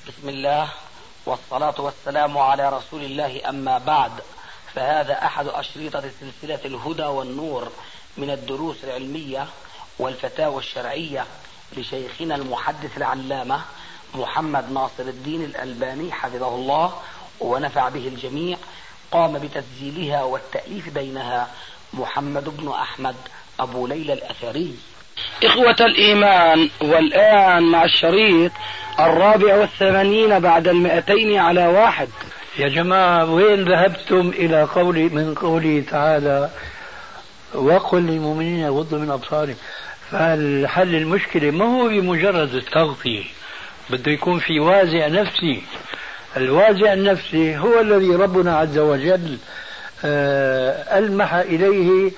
بسم الله والصلاة والسلام على رسول الله، أما بعد، فهذا أحد أشريطة سلسلة الهدى والنور من الدروس العلمية والفتاوى الشرعية لشيخنا المحدث العلامة محمد ناصر الدين الألباني حفظه الله ونفع به الجميع. قام بتسجيلها والتأليف بينها محمد بن أحمد أبو ليلى الأثري. إخوة الإيمان، والآن مع الشريط 84 بعد 200 على 1. يا جماعة، وين ذهبتم إلى من قوله تعالى وقل للمؤمنين يغضوا من أبصارهم؟ فالحل المشكلة ما هو بمجرد التغطية، بده يكون في وازع نفسي. الوازع النفسي هو الذي ربنا عز وجل ألمح إليه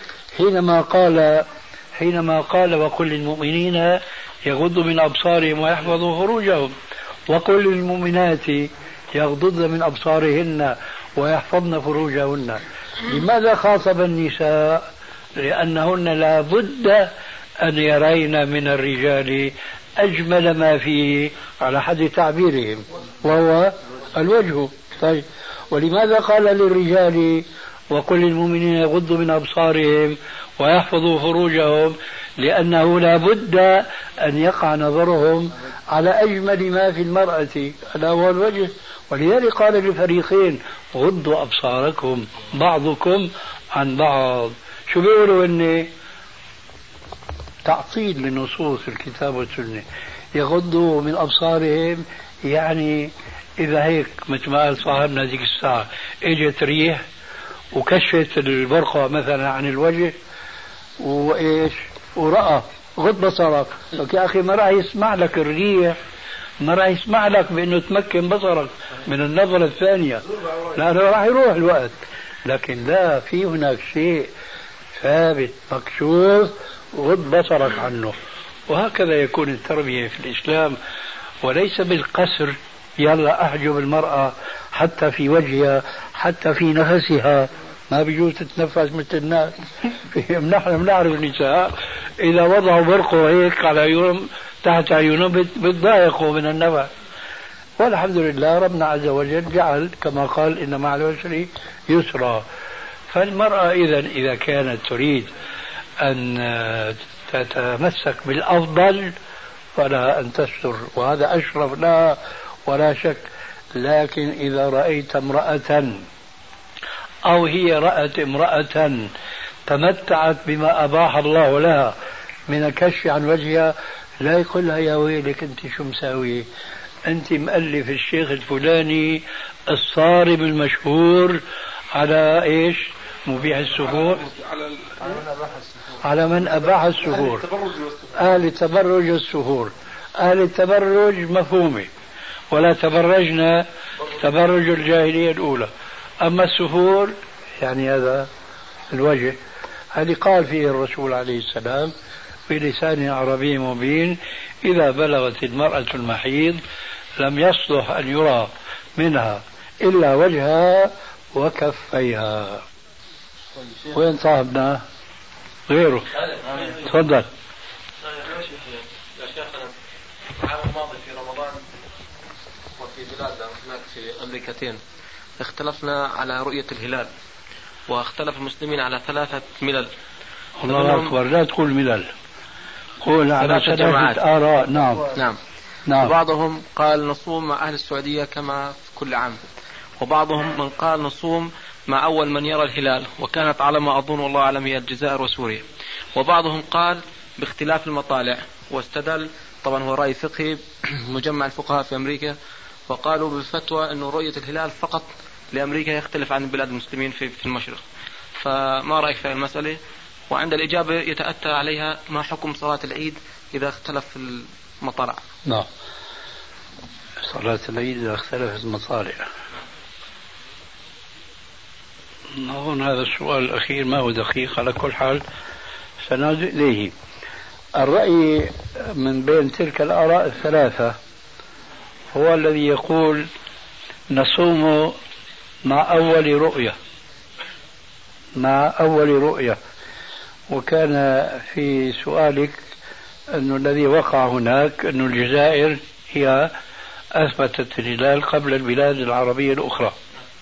حينما قال وقل للمؤمنين يغضوا من أبصارهم ويحفظوا فروجهم، وقل للمؤمنات يغضضن من أبصارهن ويحفظن فروجهن. لماذا خاطب النساء؟ لأنهن لا بد أن يرين من الرجال أجمل ما فيه على حد تعبيرهم وهو الوجه. طيب، ولماذا قال للرجال وقل للمؤمنين يغضوا من أبصارهم ويحفظوا فروجهم؟ لأنه لا بد أن يقع نظرهم على أجمل ما في المرأة ألا هو الوجه. ولذلك قال للفريقين غضوا أبصاركم بعضكم عن بعض. شو بيقولوا؟ إن تعطيل لنصوص الكتاب والسنة. يغضوا من أبصارهم يعني إذا هيك مثل ما قال صاحبنا ذيك الساعة اجت ريح وكشفت البرقع مثلا عن الوجه وإيش ورأى غض بصرك، يا أخي ما راح يسمع لك الريح، ما راح يسمع لك بأنه تمكن بصرك من النظرة الثانية، لأنه راح يروح الوقت. لكن لا، في هناك شيء ثابت مكشوف غض بصرك عنه. وهكذا يكون التربية في الإسلام، وليس بالقسر يلا أحجب المرأة حتى في وجهها حتى في نفسها، ما بيجوز تتنفس مثل الناس. نحن بنعرف النساء إذا وضعوا برقوا هيك على عيونهم تحت عيونهم بتضايقوا من النفس. والحمد لله ربنا عز وجل جعل كما قال إن مع العسر يسرا. فالمرأة إذا كانت تريد أن تتمسك بالأفضل فلا أن تستر، وهذا أشرف لها ولا شك. لكن إذا رأيت امرأة أو هي رأت امرأة تمتعت بما أباح الله لها من الكشف عن وجهها، لا يقول لها يا ويلك أنت شو مساوية، أنت مؤلف الشيخ الفلاني الصارم المشهور على إيش مبيح السفور، على من أباح السفور، أهل التبرج والسفور. أهل التبرج مفهومة، ولا تبرجنا تبرج الجاهلية الأولى. أما السفور يعني هذا الوجه، هذه قال فيه الرسول عليه السلام بلسان عربي مبين إذا بلغت المرأة المحيض لم يصلح أن يرى منها إلا وجهها وكفيها. وين صاحبنا غيره؟ تفضل. يا شيخنا، العام الماضي في رمضان وفي بلادنا هناك في أمريكتين اختلفنا على رؤية الهلال، واختلف المسلمين على 3 ملل. الله أكبر، لا تقول ملل، قول على 3 آراء. نعم. وبعضهم قال نصوم مع أهل السعودية كما في كل عام، وبعضهم من قال نصوم مع أول من يرى الهلال، وكانت على ما أظن والله أعلم هي الجزائر وسوريا. وبعضهم قال باختلاف المطالع، واستدل طبعا هو رأي فقهي مجمع الفقهاء في أمريكا، وقالوا بالفتوى أنه رؤية الهلال فقط لأمريكا يختلف عن بلاد المسلمين في المشرق. فما رأيك في المسألة؟ وعند الإجابة يتأتى عليها ما حكم صلاة العيد إذا اختلف المطالع؟ نعم، صلاة العيد إذا اختلفت المطالع. أظن هذا السؤال الأخير ما هو دقيق، على كل حال سنعود إليه. الرأي من بين تلك الآراء الثلاثة هو الذي يقول نصوم مع أول رؤية. وكان في سؤالك أنه الذي وقع هناك أن الجزائر هي أثبتت الهلال قبل البلاد العربية الأخرى.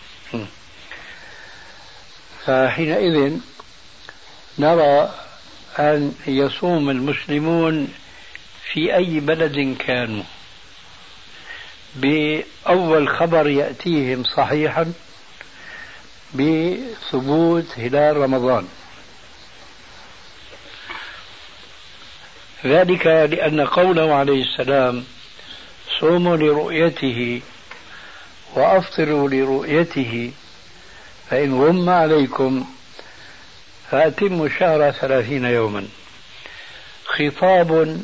فحينئذ نرى أن يصوم المسلمون في أي بلد كانوا بأول خبر يأتيهم صحيحا بثبوت هلال رمضان. ذلك لأن قوله عليه السلام صوموا لرؤيته وأفطروا لرؤيته فإن غم عليكم فأتموا الشهر 30 يوما، خطاب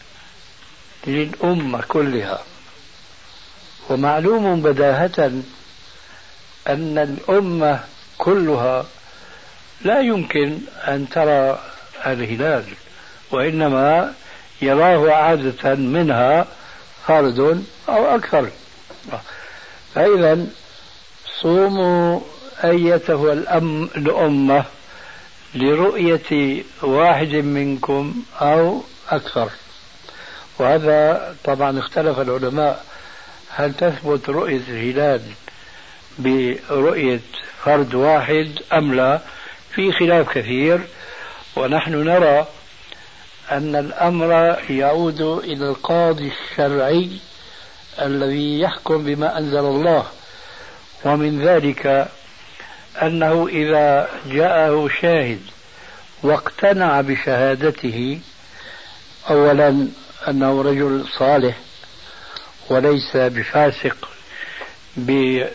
للأمة كلها. ومعلوم بداهة أن الأمة كلها لا يمكن أن ترى الهلال، وإنما يراه عادة منها فرد أو أكثر. فإذا صوموا أيتها الأمة لرؤية واحد منكم أو أكثر. وهذا طبعا اختلف العلماء هل تثبت رؤية الهلال برؤية فرد واحد أم لا، في خلاف كثير. ونحن نرى أن الأمر يعود إلى القاضي الشرعي الذي يحكم بما أنزل الله. ومن ذلك أنه إذا جاءه شاهد واقتنع بشهادته، أولا أنه رجل صالح وليس بفاسق بذنب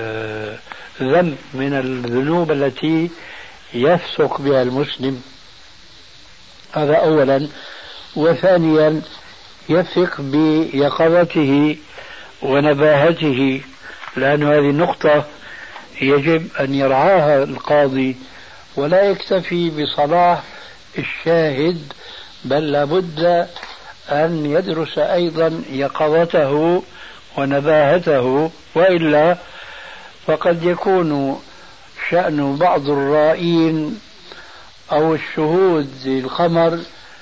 من الذنوب التي يفسق بها المسلم، هذا أولا. وثانيا يثق بيقظته ونباهته، لأن هذه النقطة يجب أن يرعاها القاضي، ولا يكتفي بصلاح الشاهد، بل لابد أن يدرس أيضا يقظته ونباهته، وإلا فقد يكون شأن بعض الرائين أو الشهود الخمر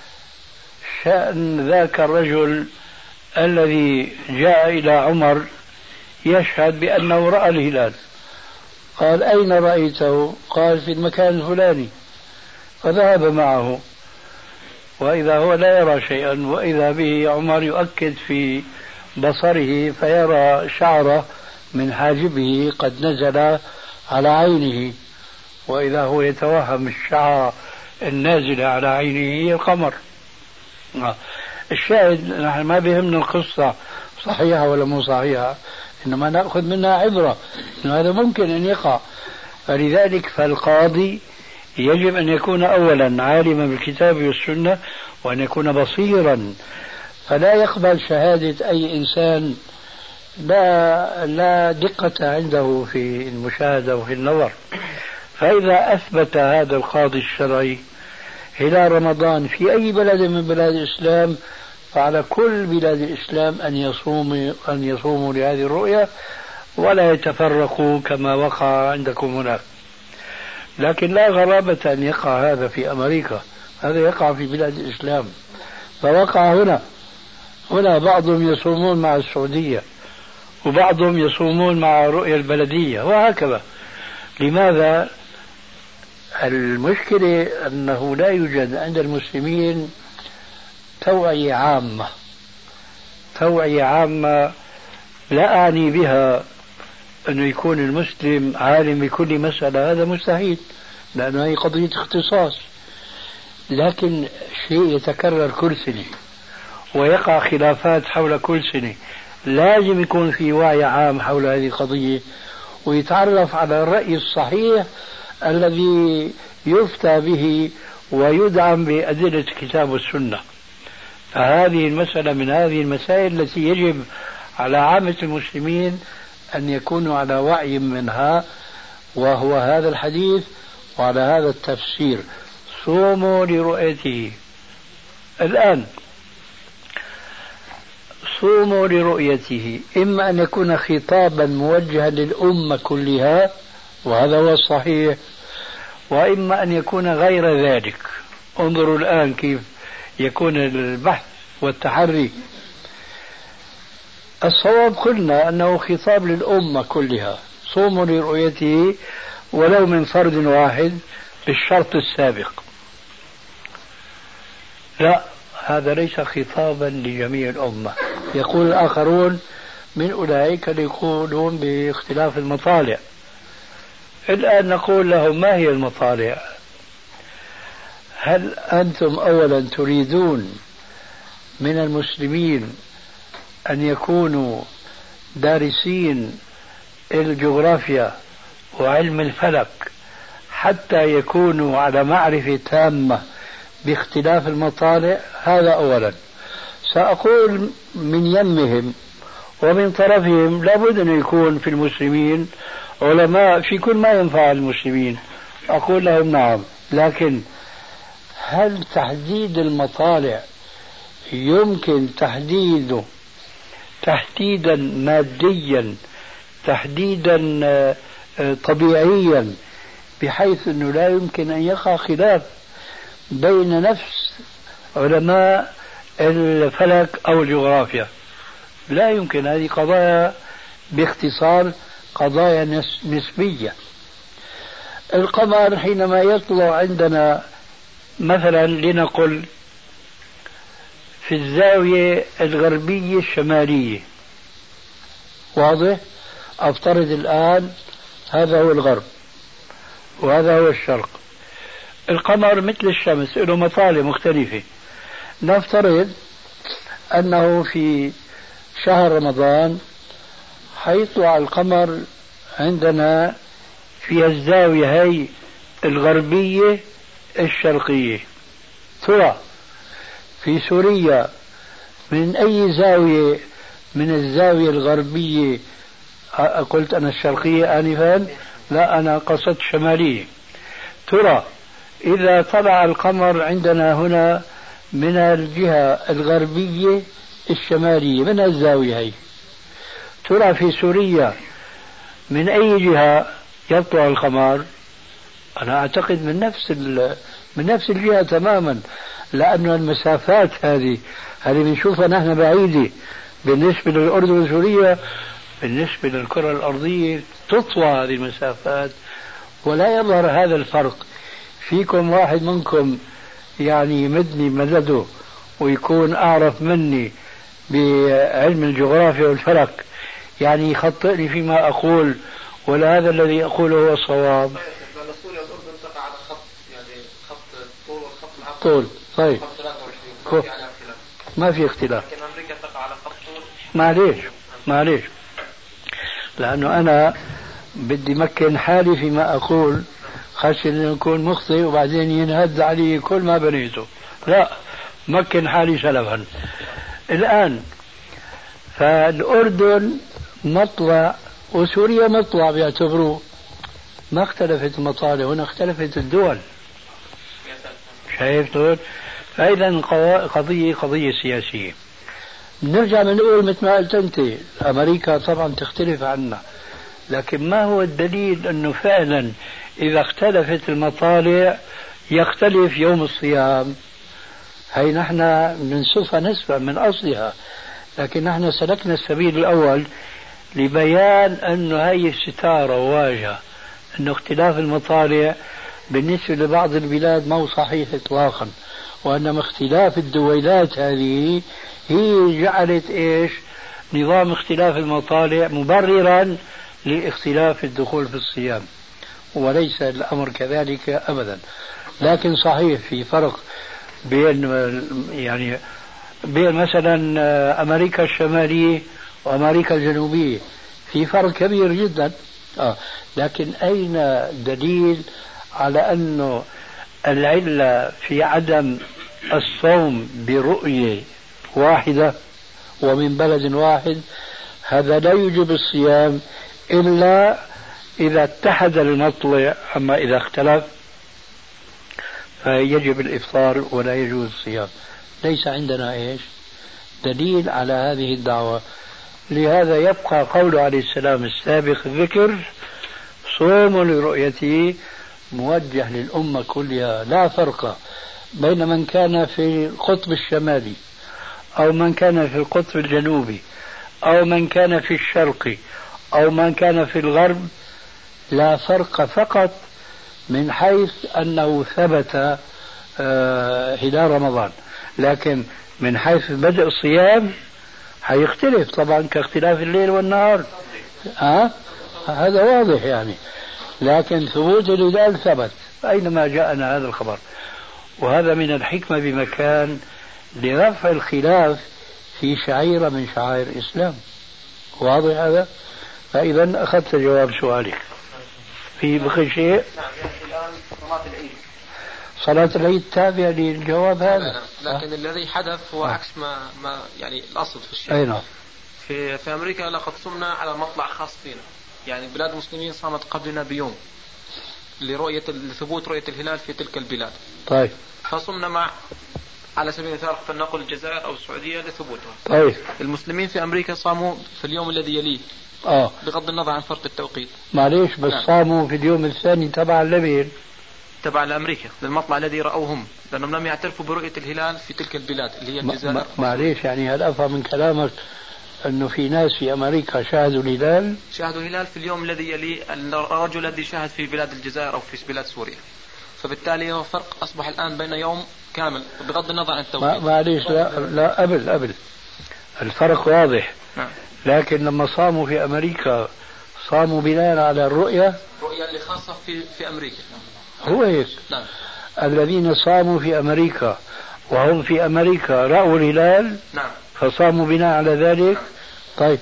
شأن ذاك الرجل الذي جاء إلى عمر يشهد بأنه رأى الهلال. قال أين رأيته؟ قال في المكان الفلاني، فذهب معه، وإذا هو لا يرى شيئا، وإذا به عمر يؤكد في بصره فيرى شعره من حاجبه قد نزل على عينه، وإذا هو يتوهم الشعر النازلة على عينه هي القمر. الشاهد نحن ما بهمنا القصة صحيحة ولا مو صحيحة، إنما نأخذ منها عبرة إنه هذا ممكن أن يقع. فلذلك فالقاضي يجب أن يكون أولا عالما بالكتاب والسنة، وأن يكون بصيرا، فلا يقبل شهادة أي إنسان لا دقة عنده في المشاهدة وفي النظر. فإذا أثبت هذا القاضي الشرعي هلال رمضان في أي بلد من بلاد الإسلام، فعلى كل بلاد الإسلام أن يصوموا لهذه الرؤية ولا يتفرقوا كما وقع عندكم هناك. لكن لا غرابة أن يقع هذا في أمريكا، هذا يقع في بلاد الإسلام، فوقع هنا بعضهم يصومون مع السعودية، وبعضهم يصومون مع رؤية البلدية، وهكذا. لماذا؟ المشكلة أنه لا يوجد عند المسلمين توعية عامة. لا أعني بها أنه يكون المسلم عالم بكل مسألة، هذا مستحيل، لأنه هي قضية اختصاص. لكن شيء يتكرر كل سنة ويقع خلافات حول كل سنة، لازم يكون في وعي عام حول هذه القضية، ويتعرف على الرأي الصحيح الذي يفتى به ويدعم بأدلة الكتاب والسنة. فهذه المسألة من هذه المسائل التي يجب على عامة المسلمين أن يكونوا على وعي منها، وهو هذا الحديث وعلى هذا التفسير. صوموا لرؤيته. الآن صوموا لرؤيته إما أن يكون خطابا موجها للأمة كلها، وهذا هو الصحيح، وإما أن يكون غير ذلك. انظروا الآن كيف يكون البحث والتحري. الصواب قلنا أنه خطاب للأمة كلها، صوموا لرؤيته ولو من فرد واحد بالشرط السابق. لا، هذا ليس خطابا لجميع الأمة. يقول الآخرون من أولئك اللي يقولون باختلاف المطالع. الآن نقول لهم ما هي المطالع؟ هل أنتم أولا تريدون من المسلمين أن يكونوا دارسين الجغرافيا وعلم الفلك حتى يكونوا على معرفة تامة باختلاف المطالع؟ هذا أولا. سأقول من يمهم ومن طرفهم لابد أن يكون في المسلمين علماء في كل ما ينفع المسلمين. أقول لهم نعم، لكن هل تحديد المطالع يمكن تحديده تحديدا ماديا، تحديدا طبيعيا، بحيث أنه لا يمكن أن يقع خلاف بين نفس علماء الفلك أو الجغرافيا؟ لا يمكن. هذه قضايا باختصار قضايا نسبية. القمر حينما يطلع عندنا مثلا لنقل في الزاوية الغربية الشمالية، واضح؟ أفترض الآن هذا هو الغرب وهذا هو الشرق. القمر مثل الشمس له مطالع مختلفة. نفترض أنه في شهر رمضان حيطلع القمر عندنا في الزاوية هي الغربية الشرقية. ترى في سوريا من أي زاوية من الزاوية الغربية؟ قلت أنا الشرقية آنفا، لا أنا قصدت شمالية. ترى إذا طلع القمر عندنا هنا من الجهة الغربية الشمالية من الزاوية هي، ترى في سوريا من أي جهة يطلع القمر؟ أنا أعتقد من نفس الجهة تماما، لأن المسافات هذه بنشوفها نحن بعيدة بالنسبة للأردن وسوريا، بالنسبة للكرة الأرضية تطوى هذه المسافات ولا يظهر هذا الفرق. فيكم واحد منكم يعني يمدني مدده ويكون أعرف مني بعلم الجغرافيا والفلك، يعني يخطئني فيما أقول، ولا هذا الذي أقوله هو الصواب؟ سوريا والأردن تقع على خط، يعني خط طول والخط العرض طول. طيب ما في اختلاف. لكن أمريكا تقع على خط طول. معليش لأنه أنا بدي مكن حالي فيما أقول، خشي أن يكون مخطئ وبعدين ينهد علي كل ما بنيته. لا، مكن حالي سلفا. الآن فالأردن مطلع وسوريا مطلع بيعتبروه، ما اختلفت المطالع، هنا اختلفت الدول. شايف دول؟ فإذا قضية سياسية. نرجع نقول مثل ما قلت أنت، أمريكا طبعا تختلف عنا، لكن ما هو الدليل أنه فعلا إذا اختلفت المطالع يختلف يوم الصيام؟ هي نحن بنشوفها نسبة من أصلها، لكن نحن سلكنا السبيل الأول لبيان أنه هي الستارة واجهة، أنه اختلاف المطالع بالنسبة لبعض البلاد ما هو صحيح إطلاقا، وأنما اختلاف الدويلات هذه هي جعلت نظام اختلاف المطالع مبررا لاختلاف الدخول في الصيام، وليس الأمر كذلك أبدا. لكن صحيح في فرق بين مثلا أمريكا الشمالية وأمريكا الجنوبية، في فرق كبير جدا. لكن أين دليل على أنه العلة في عدم الصوم برؤية واحدة ومن بلد واحد؟ هذا لا يوجب الصيام إلا إذا اتحد المطلع، أما إذا اختلف فيجب الإفطار ولا يجوز الصيام. ليس عندنا دليل على هذه الدعوة. لهذا يبقى قوله عليه السلام السابق الذكر: صوم لرؤيته، موجه للأمة كلها، لا فرق بين من كان في القطب الشمالي أو من كان في القطب الجنوبي أو من كان في الشرق أو من كان في الغرب لا فرق، فقط من حيث أنه ثبت هلال رمضان، لكن من حيث بدء الصيام حيختلف طبعا كاختلاف الليل والنهار. هذا واضح يعني، لكن ثبوت الهلال ثبت أينما جاءنا هذا الخبر. وهذا من الحكمة بمكان لرفع الخلاف في شعيرة من شعائر الإسلام. واضح هذا؟ فإذا أخذت جواب سؤالك. في بقي شيء؟ صلاة العيد تابعة للجواب هذا. لكن الذي حدث هو عكس ما يعني الأصل في الشيء. أي نعم. في أمريكا لقد صمنا على مطلع خاص فينا، يعني بلاد المسلمين صامت قبلنا بيوم لثبوت رؤية الهلال في تلك البلاد. طيب. فصمنا على سبيل المثال فلنقل الجزائر أو السعودية لثبوتها. طيب. المسلمين في أمريكا صاموا في اليوم الذي يليه. بغض النظر عن فرق التوقيت. معليش بس نعم. صاموا في اليوم الثاني تبع لمين؟ تبع لأمريكا، للمطلع الذي رأوه هم، لأنهم لم يعترفوا برؤية الهلال في تلك البلاد اللي هي الجزائر. معليش يعني هل أفهم من كلامك أنه في ناس في أمريكا شاهدوا الهلال؟ شاهدوا الهلال في اليوم الذي يلي الرجل الذي شاهد في بلاد الجزائر أو في بلاد سوريا. فبالتالي هو فرق أصبح الآن بين يوم كامل بغض النظر عن التوقيت. معليش لا قبل الفرق واضح. لكن لما صاموا في أمريكا صاموا بناء على الرؤية اللي خاصة في أمريكا. هو هيك. نعم. الذين صاموا في أمريكا وهم في أمريكا رأوا الهلال. نعم. فصاموا بناء على ذلك. نعم. طيب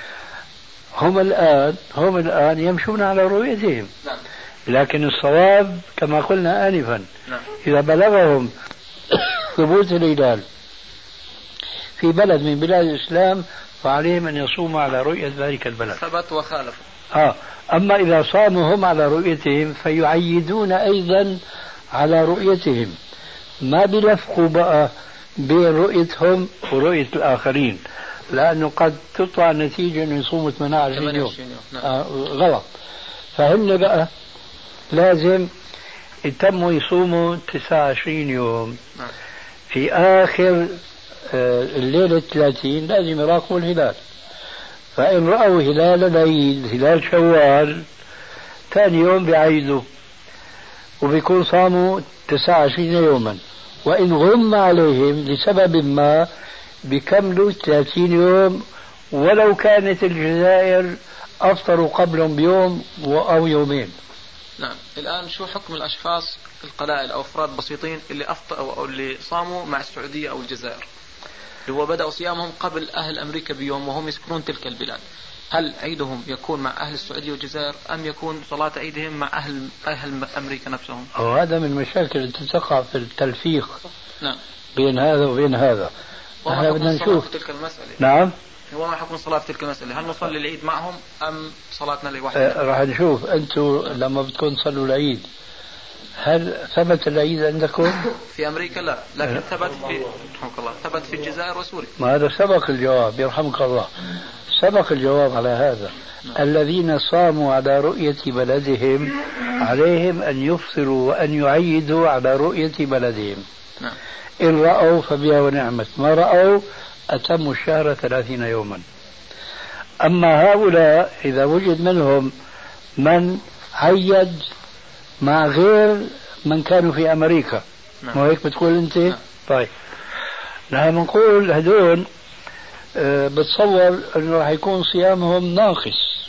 هم الآن يمشون على رؤيتهم. نعم. لكن الصواب كما قلنا آنفا. نعم. إذا بلغهم ثبوت الهلال في بلد من بلاد الإسلام فعليهم أن يصوموا على رؤية ذلك البلد. ثبت وخالف. أما إذا صاموا هم على رؤيتهم فيعيدون أيضا على رؤيتهم، ما بيلفقوا بقى بين رؤيتهم ورؤية الآخرين، لأنه قد تطلع النتيجة أنه يصوموا 28 يوم. نعم. غلط. فهم بقى لازم يتموا يصوموا 29 يوم. نعم. في آخر الليلة 30 لازم يراقبوا الهلال، فإن رأوا هلال العيد هلال شوال ثاني يوم بيعيدوا وبيكون صاموا 29 يوما، وإن غم عليهم لسبب ما بيكملوا 30 يوم ولو كانت الجزائر أفطروا قبلهم بيوم أو يومين. نعم. الآن شو حكم الأشخاص القلائل أو أفراد بسيطين اللي أفطروا أو اللي صاموا مع السعودية أو الجزائر، اللي هو بدأوا صيامهم قبل أهل أمريكا بيوم وهم يسكنون تلك البلاد؟ هل عيدهم يكون مع أهل السعودية والجزائر أم يكون صلاة عيدهم مع أهل أمريكا نفسهم؟ وهذا من المشاكل التي تقع في التلفيق. نعم. بين هذا وبين هذا. احنا بدنا نشوف تلك المسألة. نعم. هو ما حكم الصلاة في تلك المسألة؟ هل نصلي العيد معهم أم صلاتنا لوحدنا؟ راح نشوف. أنتم لما بدكم تصلوا العيد هل ثبت العيد عندكم؟ في أمريكا لا، لكن ثبت ثبت في الجزائر وسوريا. ما هذا سبق الجواب، يرحمك الله، سبق الجواب على هذا. الذين صاموا على رؤية بلدهم عليهم أن يفطروا وأن يعيدوا على رؤية بلدهم. نعم. إن رأوا فبها ونعمت، ما رأوا أتموا الشهر 30 يوما. أما هؤلاء إذا وجد منهم من عيد مع غير من كانوا في أمريكا، مو هيك بتقول أنت؟ نعم. طيب نحن بنقول هدول بتصور أنه راح يكون صيامهم ناقص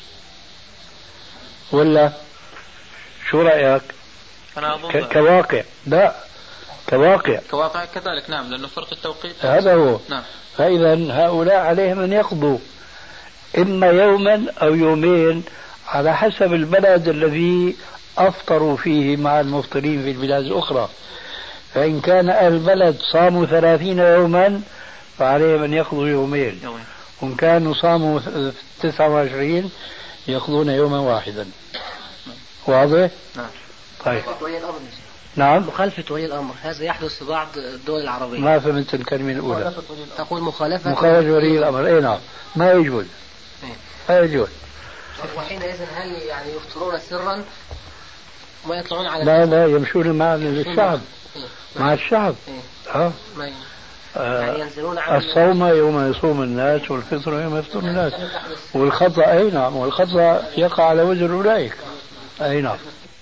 ولا شو رأيك؟ أنا أظن كواقع. لا كواقع كذلك. نعم. لأنه فرق التوقيت هذا هو. نعم. فإذا هؤلاء عليهم أن يقضوا إما يوما أو يومين على حسب البلد الذي أفطروا فيه مع المفطرين في البلاد الأخرى. فإن كان أهل البلد صاموا 30 يوما فعليهم أن يقضوا يومين، وإن كانوا صاموا 29 يقضون يوما واحدا. واضح؟ نعم. طيب. نعم. مخالفة ولي الأمر هذا يحدث في بعض الدول العربية. ما فهمت الكلمة الأولى. تقول مخالفة ولي الأمر. أي نعم. ما يجوز. ما يجوز. وحينئذ هل يعني يفطرون سرا وما يطلعون على لا يمشون مع الشعب. مع الشعب. ينزلون عن الصوم يوم يصوم الناس والفطر يوم يفطر الناس والخطأ أي نعم والخطأ يقع على وزر أولئك أي نعم.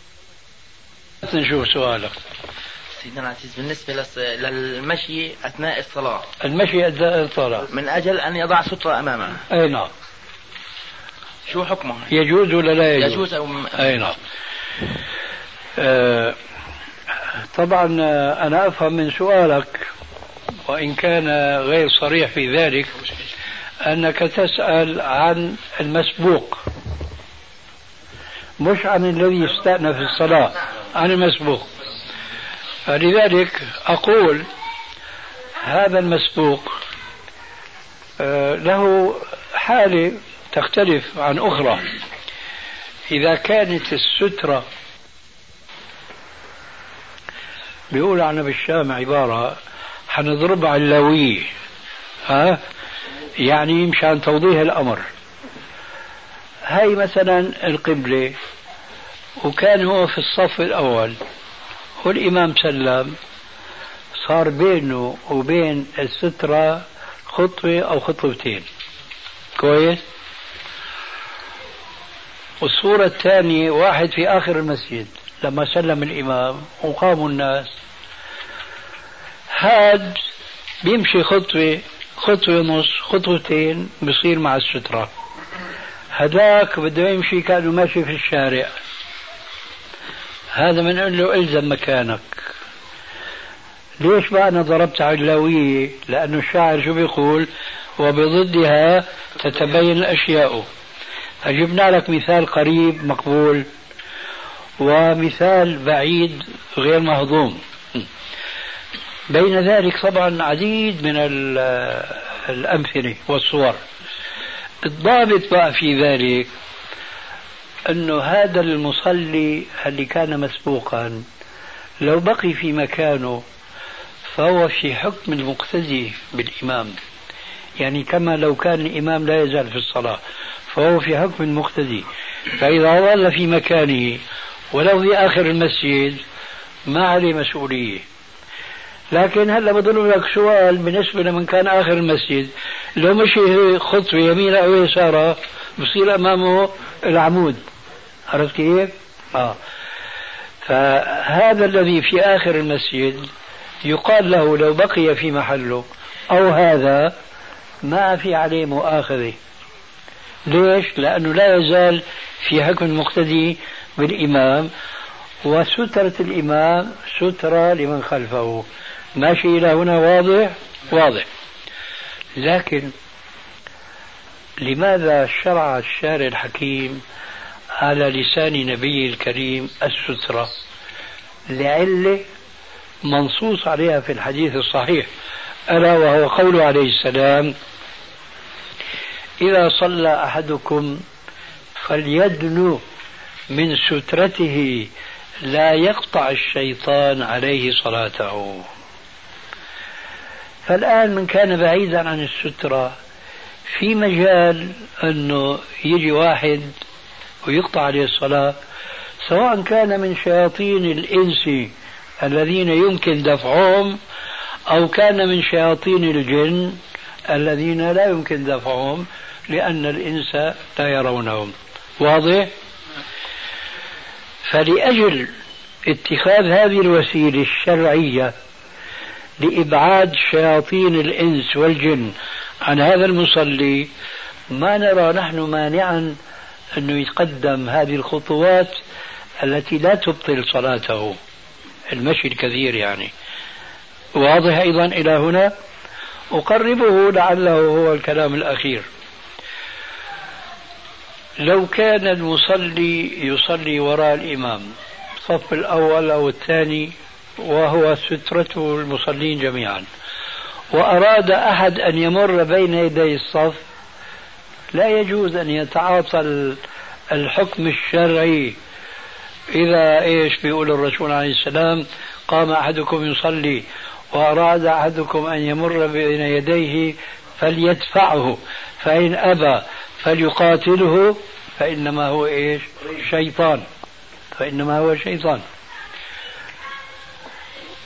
نشوف سؤالك سيدنا العزيز. بالنسبة للمشي أثناء الصلاة، المشي أثناء الصلاة من أجل أن يضع سترة أمامه، أي نعم، شو حكمه؟ يجوز ولا لا يجوز؟ يجوز أي نعم. طبعا أنا أفهم من سؤالك وإن كان غير صريح في ذلك أنك تسأل عن المسبوق مش عن الذي يستأنف في الصلاة، عن المسبوق. فلذلك أقول هذا المسبوق له حالة تختلف عن أخرى. إذا كانت السترة بيقول عنا بالشام عبارة حنضرب علوية، يعني مشان توضيح الأمر. هاي مثلا القبلة وكان هو في الصف الأول والإمام سلم، صار بينه وبين السترة خطوة أو خطوتين، كويس. والصورة الثانية واحد في آخر المسجد لما سلم الإمام وقاموا الناس، هاد بيمشي خطوة خطوة ونص خطوتين بصير مع السترة، هذاك بده يمشي كأنه ماشي في الشارع. هذا من له إلزم مكانك. ليش بقى أنا ضربت علوية؟ لأنه الشاعر شو بيقول؟ وبضدها تتبين الأشياء. فجبنا لك مثال قريب مقبول ومثال بعيد غير مهضوم. بين ذلك طبعا عديد من الأمثلة والصور. الضابط بقى في ذلك أنه هذا المصلي اللي كان مسبوقا لو بقي في مكانه فهو في حكم المقتدي بالإمام، يعني كما لو كان الإمام لا يزال في الصلاة فهو في حكم المقتدي. فإذا ظل في مكانه ولو في آخر المسجد ما عليه مسؤولية. لكن هلا بضل لك سؤال بالنسبة لمن كان آخر المسجد، لو مشي خطوة يمين أو يسارة بصير أمامه العمود، عرفت كيف؟ فهذا الذي في آخر المسجد يقال له لو بقي في محله أو هذا ما في عليه مؤاخذة. ليش؟ لأنه لا يزال في حكم المقتدي بالإمام، وسترة الإمام سترة لمن خلفه. ماشي إلى هنا واضح؟ واضح. لكن لماذا شرع الشارع الحكيم على لسان نبيه الكريم السترة؟ لعلة منصوص عليها في الحديث الصحيح، ألا وهو قوله عليه السلام: إذا صلى أحدكم فليدنو من سترته لا يقطع الشيطان عليه صلاته. فالآن من كان بعيدا عن السترة في مجال أنه يجي واحد ويقطع عليه الصلاة، سواء كان من شياطين الإنس الذين يمكن دفعهم أو كان من شياطين الجن الذين لا يمكن دفعهم لأن الإنس لا يرونهم. واضح؟ فلأجل اتخاذ هذه الوسيلة الشرعية لإبعاد شياطين الإنس والجن عن هذا المصلي ما نرى نحن مانعا أنه يتقدم هذه الخطوات التي لا تبطل صلاته، المشي الكثير يعني. واضح أيضا إلى هنا؟ أقربه لعله هو الكلام الأخير. لو كان المصلي يصلي وراء الإمام الصف الأول أو الثاني وهو سترته المصلين جميعا، وأراد أحد أن يمر بين يدي الصف، لا يجوز أن يتعاطى الحكم الشرعي. إذا بيقول الرسول عليه السلام: قام أحدكم يصلي وأراد أحدكم أن يمر بين يديه فليدفعه، فإن أبى فليقاتله فإنما هو شيطان، فإنما هو شيطان.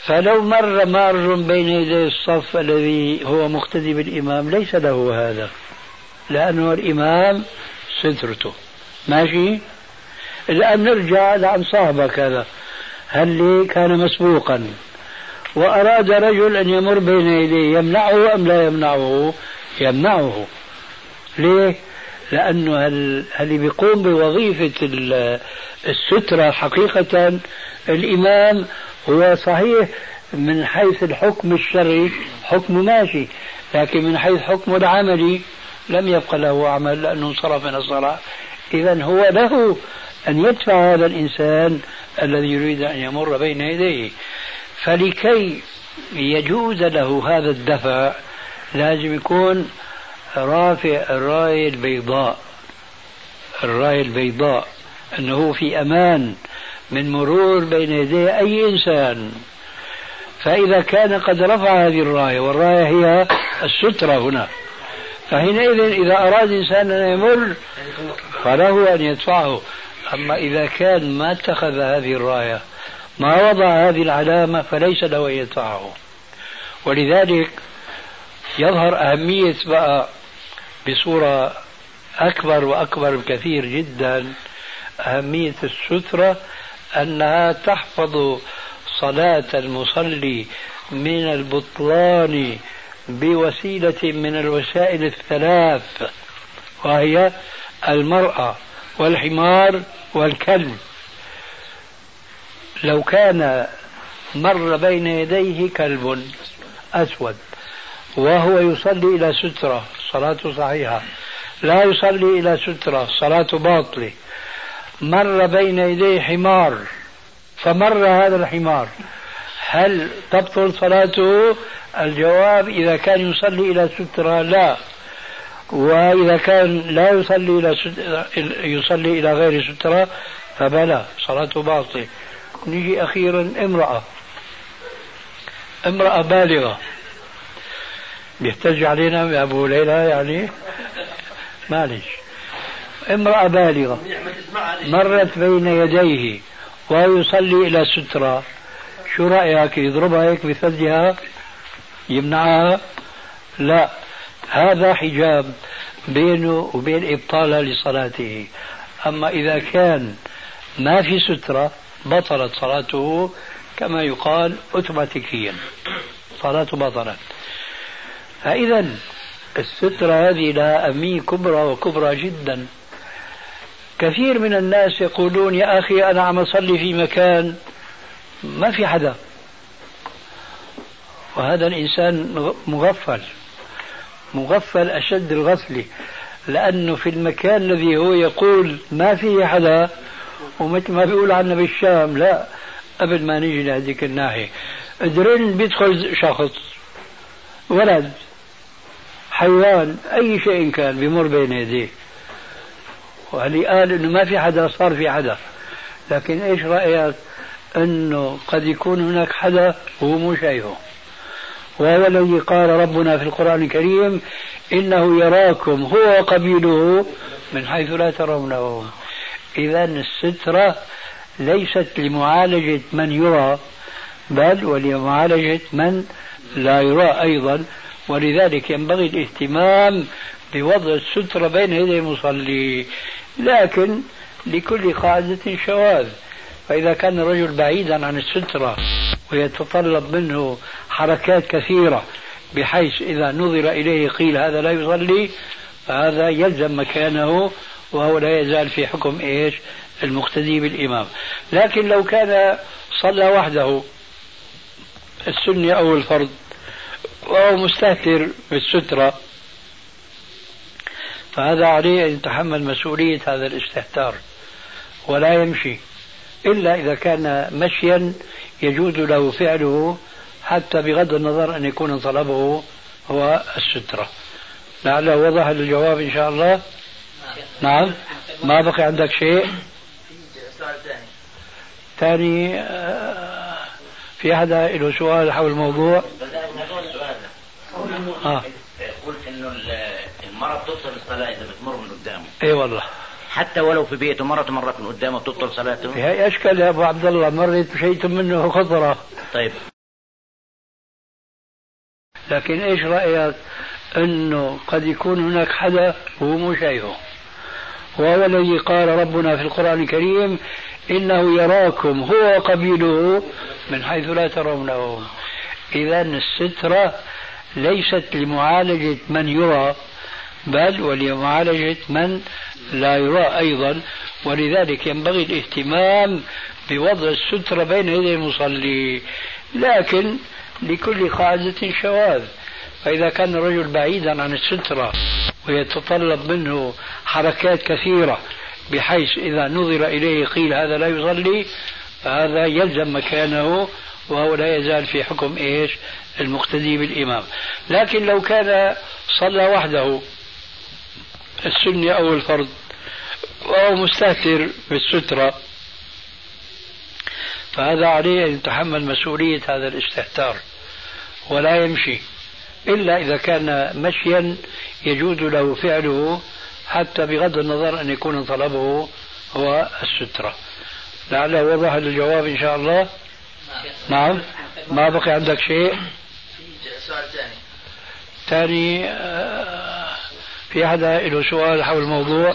فلو مار بين يدي الصف الذي هو مقتدي بالإمام ليس له هذا، لأنه الإمام سترته. ماشي. الآن نرجع لعن صاحبك هذا، هل كان مسبوقا وأراد رجل أن يمر بين يديه، يمنعه أم لا يمنعه؟ يمنعه. ليه؟ لأنه اللي بيقوم بوظيفة السترة حقيقة الإمام هو صحيح من حيث الحكم الشرعي حكم ماشي، لكن من حيث حكمه العملي لم يبقى له عمل لأنه انصرف من الصلاة. إذن هو له أن يدفع هذا الإنسان الذي يريد أن يمر بين يديه. فلكي يجوز له هذا الدفع لازم يكون رافع الراية البيضاء، الراية البيضاء أنه في أمان من مرور بين يدي أي إنسان. فإذا كان قد رفع هذه الراية، والراية هي السترة هنا، فحينئذ إذا أراد إنسان أن يمر فله أن يدفعه. أما إذا كان ما اتخذ هذه الراية، ما وضع هذه العلامة، فليس له أن يدفعه. ولذلك يظهر أهمية بقى بصورة أكبر وأكبر بكثير جدا أهمية السترة، أنها تحفظ صلاة المصلي من البطلان بوسيلة من الوسائل الثلاث، وهي المرأة والحمار والكلب. لو كان مر بين يديه كلب أسود وهو يصلي إلى سترة صلاته صحيحة، لا يصلي إلى سترة صلاته باطلة. مر بين يديه حمار فمر هذا الحمار، هل تبطل صلاته؟ الجواب إذا كان يصلي إلى سترة لا، وإذا كان لا يصلي إلى غير سترة فبلا صلاته باطلة. نيجي أخيرا امرأة بالغة، بيحتج علينا بأبو ليلى يعني معلش. امرأة بالغة مرت بين يديه ويصلي إلى سترة، شو رأيك؟ يضربها هيك بثديها يمنعها؟ لا، هذا حجاب بينه وبين إبطالها لصلاته. أما إذا كان ما في سترة بطلت صلاته كما يقال أوتوماتيكيا، صلاته بطلت. فإذا السترة هذه لها أهمية كبرى وكبرى جدا. كثير من الناس يقولون يا أخي أنا عم أصلي في مكان ما في حدا، وهذا الإنسان مغفل أشد الغفلة، لأنه في المكان الذي هو يقول ما فيه حدا، ومثل ما بيقول عنا بالشام لا، قبل ما نيجي لهذيك الناحية درين بيدخل شخص، ولد، حيوان، أي شيء كان بيمر بين يديه، وهل قال إنه ما في حدا صار في حدا. لكن إيش رأيك إنه قد يكون هناك حدا وهو مو شايفه، وهو الذي قال ربنا في القرآن الكريم إنه يراكم هو وقبيله من حيث لا ترونهم. إذا السترة ليست لمعالجة من يرى بل ولمعالجة من لا يرى أيضا. ولذلك ينبغي الاهتمام بوضع السترة بين يدي المصلي، لكن لكل قاعدة شواذ. فإذا كان الرجل بعيدا عن السترة ويتطلب منه حركات كثيرة بحيث إذا نظر إليه قيل هذا لا يصلي، فهذا يلزم مكانه وهو لا يزال في حكم إيش؟ المقتدي بالإمام. لكن لو كان صلى وحده السنة أو الفرض وهو مستهتر بالسترة، فهذا عليه أن يتحمل مسؤولية هذا الاستهتار ولا يمشي إلا إذا كان مشيا يجوز له فعله، حتى بغض النظر أن يكون طلبه هو السترة. لعله وضح الجواب إن شاء الله. نعم، ما بقي عندك شيء ثاني؟ في أحد له سؤال حول الموضوع؟ قلت إنه المرأة بتبطل الصلاة إذا بتمر من قدامه. إيه والله، حتى ولو في بيته مرت من قدامه بتبطل صلاته. هي أشكال يا أبو عبد الله، مرت بشيء منه خطرة. طيب لكن إيش رأيك أنه قد يكون هناك حدا هو مو شايفه، وهو الذي قال ربنا في القرآن الكريم إنه يراكم هو وقبيله من حيث لا ترونهم. إذا السترة ليست لمعالجة من يرى بل ولمعالجة من لا يرى أيضا، ولذلك ينبغي الاهتمام بوضع السترة بين يدي المصلي، لكن لكل قاعدة شواذ. فإذا كان الرجل بعيدا عن السترة ويتطلب منه حركات كثيرة بحيث إذا نظر إليه قيل هذا لا يصلي، فهذا يلزم مكانه وهو لا يزال في حكم إيش؟ المقتدي بالإمام. لكن لو كان صلى وحده السنة أو الفرض وهو مستهتر بالسترة، فهذا عليه أن يتحمل مسؤولية هذا الاستهتار ولا يمشي إلا إذا كان مشيا يجوز له فعله حتى بغض النظر أن يكون طلبه هو السترة. لعله وضح الجواب إن شاء الله. نعم، ما بقي عندك شيء؟ سؤال ثاني في أحد له سؤال حول الموضوع؟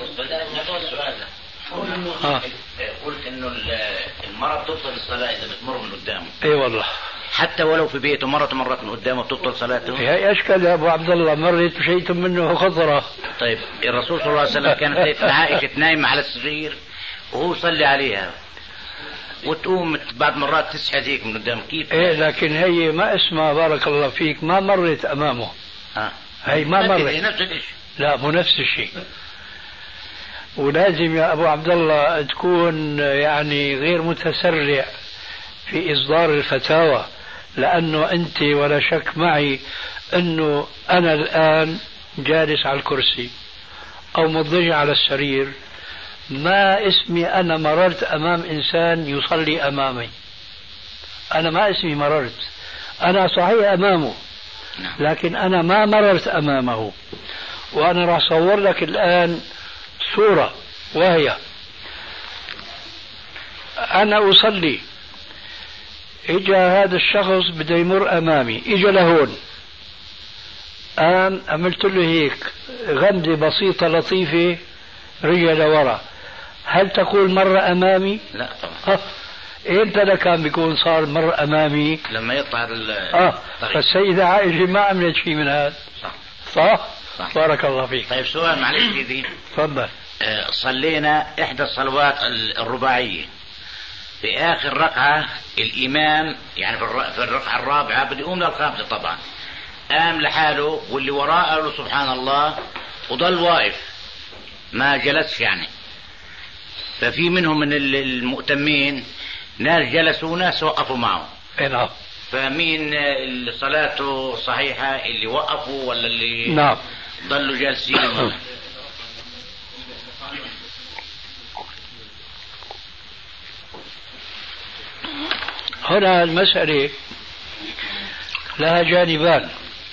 قلت إنه المرأة بتبطل الصلاة إذا بتمر من قدامه. إي والله، حتى ولو في بيته مرت من قدامه بتبطل صلاته. هي أشكال يا أبو عبد الله، مرت بشيء منه خطرة. طيب الرسول صلى الله عليه وسلم كانت عائشة نايمة على السرير وهو يصلي عليها وتقوم بعد مرات تسحب هيك من قدام، كيف؟ إيه لكن هي ما اسمها بارك الله فيك ما مرت أمامه. هي ما مرت. نفس الشيء. لا مو نفس الشيء. ولازم يا أبو عبد الله تكون يعني غير متسرع في إصدار الفتاوى، لأنه أنت ولا شك معي أنه أنا الآن جالس على الكرسي أو مضطجع على السرير، ما اسمي أنا مررت أمام إنسان يصلي أمامي. أنا ما اسمي مررت، أنا صحيح أمامه لكن أنا ما مررت أمامه. وأنا راح أصور لك الآن صورة، وهي أنا أصلي، إجا هذا الشخص بده يمر أمامي، إجا لهون، عملت له هيك غمزة بسيطة لطيفة رجع لورا، هل تقول مر أمامي؟ لا طبعا. إمتى كان بيكون صار مر أمامي؟ لما يطلع فالسيدة عائشة ما عملت شيء من هذا. صح؟ بارك الله فيك. طيب سؤال معلش سيدي. تفضل. صلينا إحدى الصلوات الرباعية، في آخر ركعة الإمام يعني في الركعة الرابعة بده يقوم للخامسة طبعا، قام لحاله واللي وراء قالوا سبحان الله وضل واقف ما جلسش يعني. ففي منهم من المؤتمين ناس جلسوا وناس وقفوا معه. نعم. فمين اللي صلاته صحيحة، اللي وقفوا ولا اللي نعم ضلوا جالسين؟ هنا المسألة لها جانبان.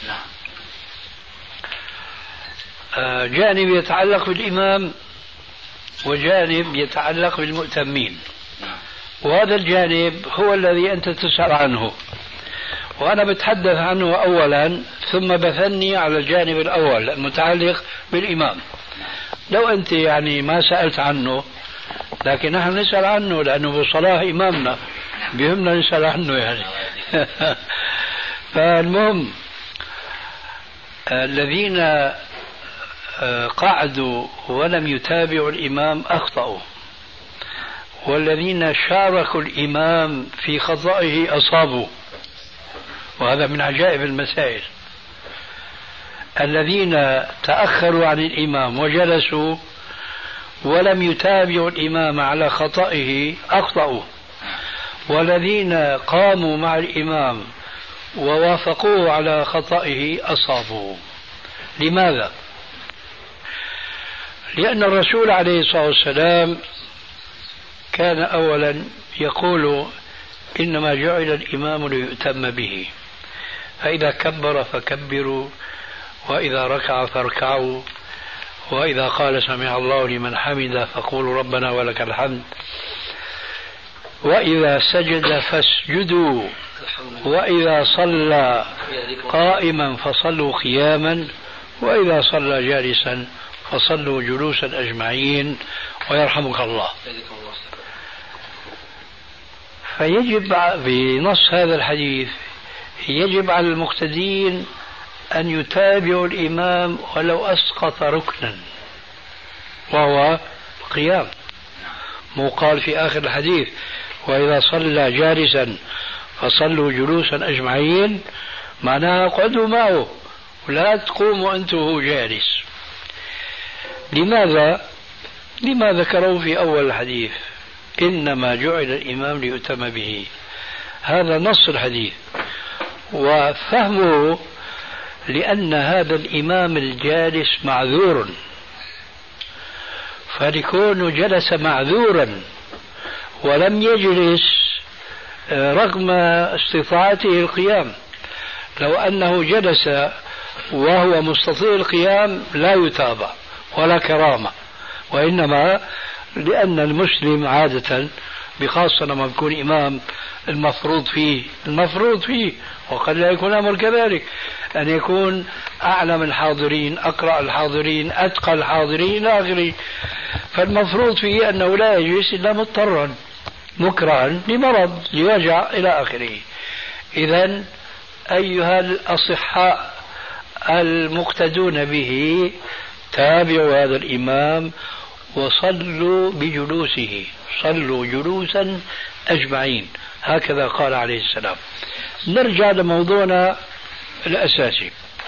جانب يتعلق بالإمام وجانب يتعلق بالمؤتمين، وهذا الجانب هو الذي أنت تسأل عنه، وأنا بتحدث عنه أولا ثم بثني على الجانب الأول المتعلق بالإمام. لو أنت يعني ما سألت عنه، لكن نحن نسأل عنه لأنه بصلاح إمامنا بهمنا نسأل عنه يعني. فالمهم الذين قعدوا ولم يتابعوا الإمام أخطأوا، والذين شاركوا الإمام في خطئه أصابوا، وهذا من عجائب المسائل. الذين تأخروا عن الإمام وجلسوا ولم يتابعوا الإمام على خطئه أخطأوا، والذين قاموا مع الإمام ووافقوه على خطئه أصابوا. لماذا؟ لأن الرسول عليه الصلاة والسلام كان أولا يقول إنما جعل الإمام ليؤتم به، فإذا كبر فكبروا، وإذا ركع فاركعوا، وإذا قال سمع الله لمن حمده فقولوا ربنا ولك الحمد، وإذا سجد فاسجدوا وإذا صلى قائما فصلوا قياما، وإذا صلى جالسا فصلوا جلوسا أجمعين ويرحمك الله. فيجب بنص هذا الحديث يجب على المقتدين أن يتابعوا الإمام ولو أسقط ركنا وهو القيام. مو قال في آخر الحديث وإذا صلى جالسا فصلوا جلوسا أجمعين، معناها اقعدوا معه ولا تقوموا أنتم وهو جالس. لما ذكروا في أول الحديث إنما جعل الإمام ليؤتم به؟ هذا نص الحديث، وفهمه لأن هذا الإمام الجالس معذور، فلكونه جلس معذورا ولم يجلس رغم استطاعته القيام. لو أنه جلس وهو مستطيع القيام لا يتابع ولا كرامة، وإنما لأن المسلم عادة بخاصة لما يكون إمام المفروض فيه وقد لا يكون الأمر كذلك، أن يكون أعلم الحاضرين، أقرأ الحاضرين، أتقى الحاضرين إلى آخره. فالمفروض فيه أنه لا يجلس إلا مضطرا مكرها لمرض لوجع إلى آخره. إذن أيها الأصحاء المقتدون به تابعوا هذا الإمام وصلوا بجلوسه، صلوا جلوسا أجمعين، هكذا قال عليه السلام. نرجع لموضوعنا الأساسي.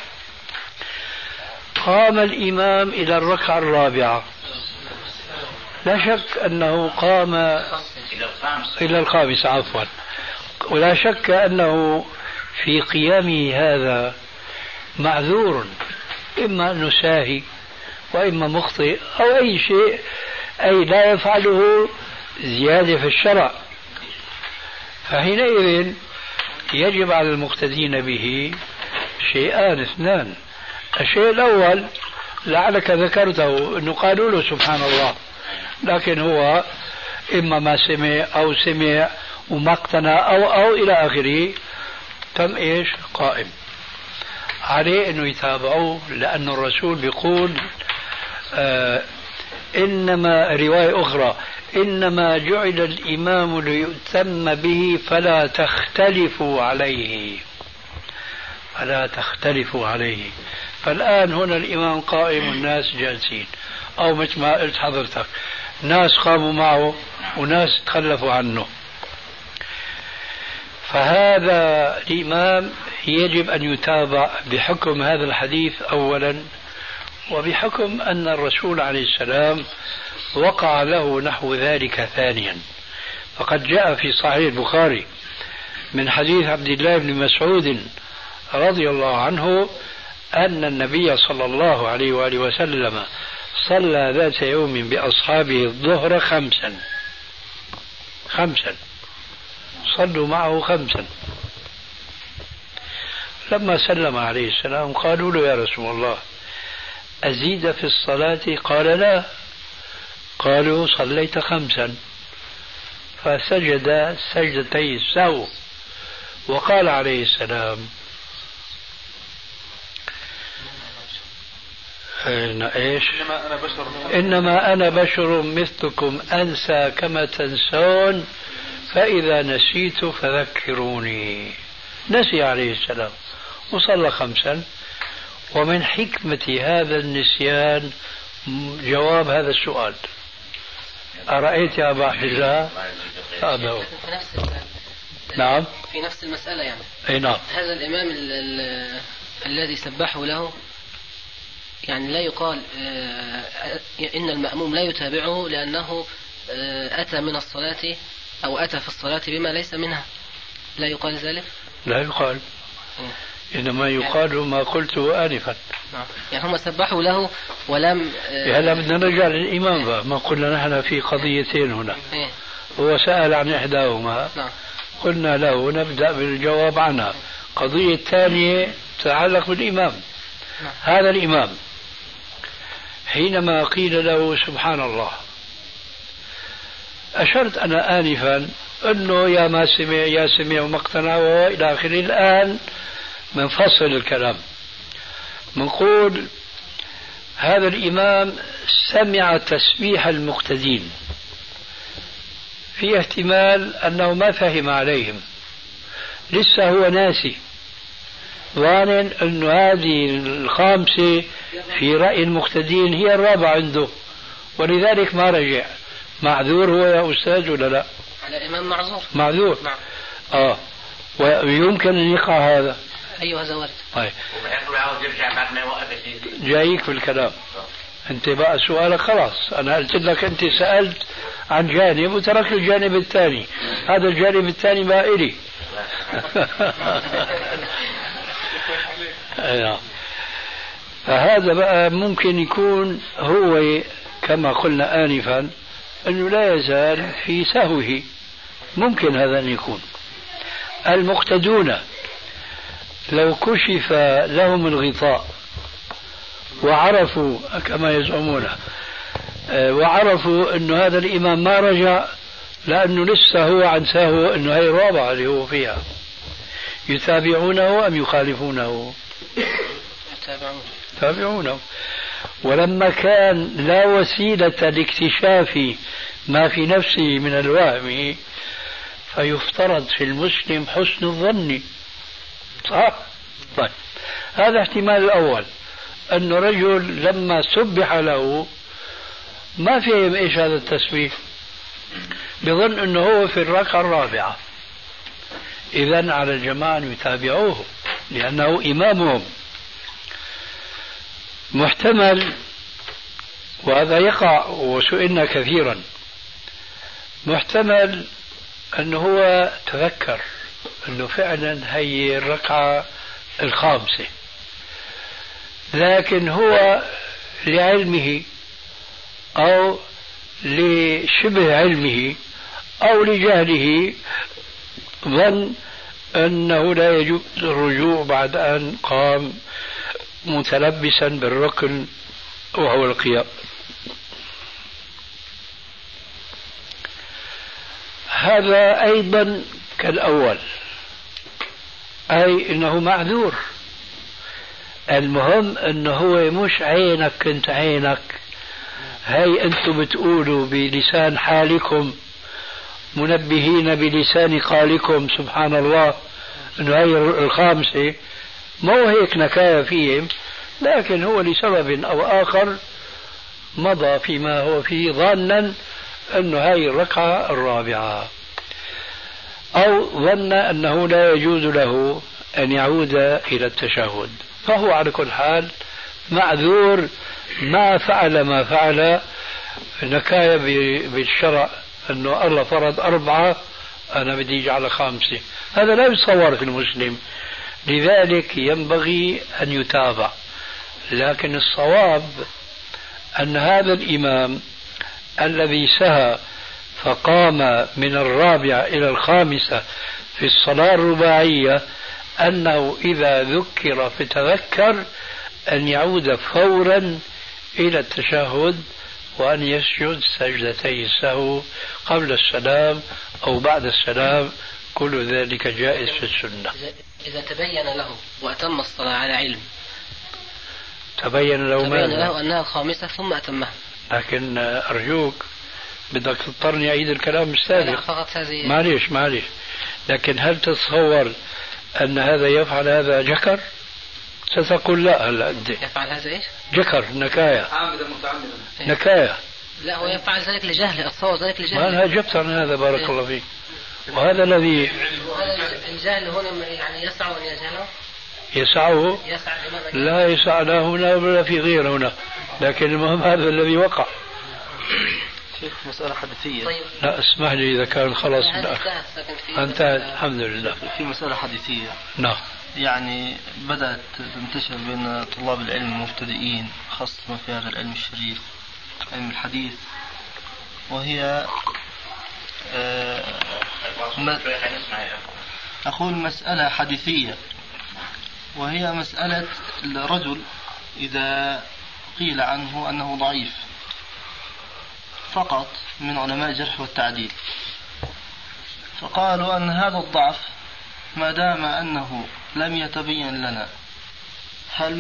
قام الإمام إلى الركعة الرابعة، لا شك أنه قام إلى الخامسة عفوا، ولا شك أنه في قيامه هذا معذور، إما أنه ساهي وإما مخطئ أو أي شيء، أي لا يفعله زيادة في الشرع. فحينئذ يجب على المقتدين به شيئان اثنان. الشيء الأول لعلك ذكرته، أنه قالوا له سبحان الله، لكن هو إما ما سمع أو سمع وما اقتنع أو إلى آخره، تم إيش قائم عليه أنه يتابعوه، لأن الرسول بيقول إنما رواية أخرى إنما جعل الإمام ليؤتم به فلا تختلفوا عليه، فلا تختلفوا عليه. فالآن هنا الإمام قائم والناس جالسين، أو مثل ما قلت حضرتك ناس قاموا معه وناس تخلفوا عنه. فهذا الإمام يجب أن يتابع بحكم هذا الحديث أولا، وبحكم أن الرسول عليه السلام وقع له نحو ذلك ثانيا. فقد جاء في صحيح البخاري من حديث عبد الله بن مسعود رضي الله عنه أن النبي صلى الله عليه وآله وسلم صلى ذات يوم بأصحابه الظهر خمسا، صلوا معه 5. لما سلم عليه السلام قالوا له يا رسول الله أزيد في الصلاة؟ قال لا. قالوا صليت 5. فسجد سجدتي السهو وقال عليه السلام إنما أنا بشر مثلكم أنسى كما تنسون فإذا نسيت فذكروني. نسي عليه السلام وصلى 5. ومن حكمة هذا النسيان جواب هذا السؤال. أرأيت يا أبا حجة؟ نعم في نفس المسألة يعني. أي نعم. هذا الإمام الذي سبحوا له يعني لا يقال إن المأموم لا يتابعه لأنه أتى من الصلاة أو أتى في الصلاة بما ليس منها، لا يقال ذلك؟ لا يقال، إنما يقال ما قلته آنفا. يعني هم سبحوا له ولم هلا بدنا نرجع للإمام بقى. ما قلنا نحن في قضيتين هنا. هو سأل عن إحداهما قلنا له نبدأ بالجواب عنها. قضية ثانية تتعلق بالإمام. هذا الإمام حينما قيل له سبحان الله، أشرت أنا آنفا أنه يا ما سمع يا سمع وما اقتنع وإلى آخره. الآن منفصل الكلام، منقول هذا الإمام سمع تسبيح المقتدين، في احتمال أنه ما فهم عليهم، لسه هو ناسي، ظان أن هذه الخامسة في رأي المقتدين هي الرابعة عنده، ولذلك ما رجع. معذور هو يا أستاذ ولا لا؟ على الإمام معذور. معذور. نعم. ويمكن أن يقع هذا. أيوه هذا وارد. طيب جايك في الكلام. أنت بقى سؤالك خلاص، أنا قلت لك أنت سألت عن جانب وتركت الجانب الثاني، هذا الجانب الثاني بقى إلي. فهذا بقى ممكن يكون هو كما قلنا آنفا أنه لا يزال في سهوه، ممكن هذا أن يكون. المقتدون لو كشف لهم الغطاء وعرفوا كما يزعمون وعرفوا أن هذا الإمام ما رجع لأنه لسه هو عن سهو أنه هي الرابعة اللي هو فيها، يتابعونه أم يخالفونه؟ يتابعونه. ولما كان لا وسيلة لاكتشاف ما في نفسه من الوهم فيفترض في المسلم حسن الظن، صح؟ طيب هذا احتمال الأول، أن رجل لما سبح له ما فهم إيش هذا التسبيح، بظن أنه هو في الركعة الرابعة، إذن على الجماعة أن يتابعوه لأنه إمامهم. محتمل، وهذا يقع وسئلنا كثيرا، محتمل أنه هو تذكر أنه فعلا هي الركعة الخامسة، لكن هو لعلمه أو لشبه علمه أو لجهله ظن أنه لا يجوز الرجوع بعد أن قام متلبسا بالركن وهو القيام. هذا أيضا كالأول، أي أنه معذور. المهم أنه هو مش عينك كنت عينك، هاي أنتم بتقولوا بلسان حالكم منبهين بلسان قالكم سبحان الله أنه هاي الخامسة، مو هيك نكاية فيهم، لكن هو لسبب أو آخر مضى فيما هو فيه ظانا أنه هاي الركعة الرابعة، أو ظن أنه لا يجوز له أن يعود إلى التشهد، فهو على كل حال معذور ما فعل ما فعل. نكاية بالشرع أنه الله فرض 4 أنا بدي أجعل 5، هذا لا يتصور في المسلم، لذلك ينبغي أن يتابع. لكن الصواب أن هذا الإمام الذي سهى فقام من الرابعة إلى الخامسة في الصلاة الرباعية أنه إذا ذكر فتذكر أن يعود فورا إلى التشهد وأن يسجد سجدتي السهو قبل السلام أو بعد السلام، كل ذلك جائز في السنة. إذا تبين له وأتم الصلاة على علم، تبين له أنها الخامسة ثم أتمها. لكن أرجوك بدك تضطرني أعيد الكلام السابق. فقط هذه معليش. لكن هل تتصور أن هذا يفعل هذا جكر؟ ستقول لا. هلا أنت يفعل هذا إيش؟ جكر، نكاية، عامدا متعمدا، نكاية. لا هو يفعل ذلك لجهله، أتصور ذلك لجهله. ما أجبت عن هذا، بارك الله فيك. وهذا الذي الجهل هنا يعني يسعه أن يجهله، يسعه لا يسع لا هنا ولا في غير هنا، لكن المهم هذا الذي وقع. شيخ مسألة حديثية. طيب. لا اسمح لي إذا كان خلاص انتهت الحمد لله. في مسألة حديثية. نعم. يعني بدأت تنتشر بين طلاب العلم المبتدئين خاصة في هذا العلم الشريف علم الحديث، وهي أقول مسألة حديثية، وهي مسألة الرجل إذا قيل عنه أنه ضعيف فقط من علماء الجرح والتعديل، فقالوا أن هذا الضعف ما دام أنه لم يتبين لنا هل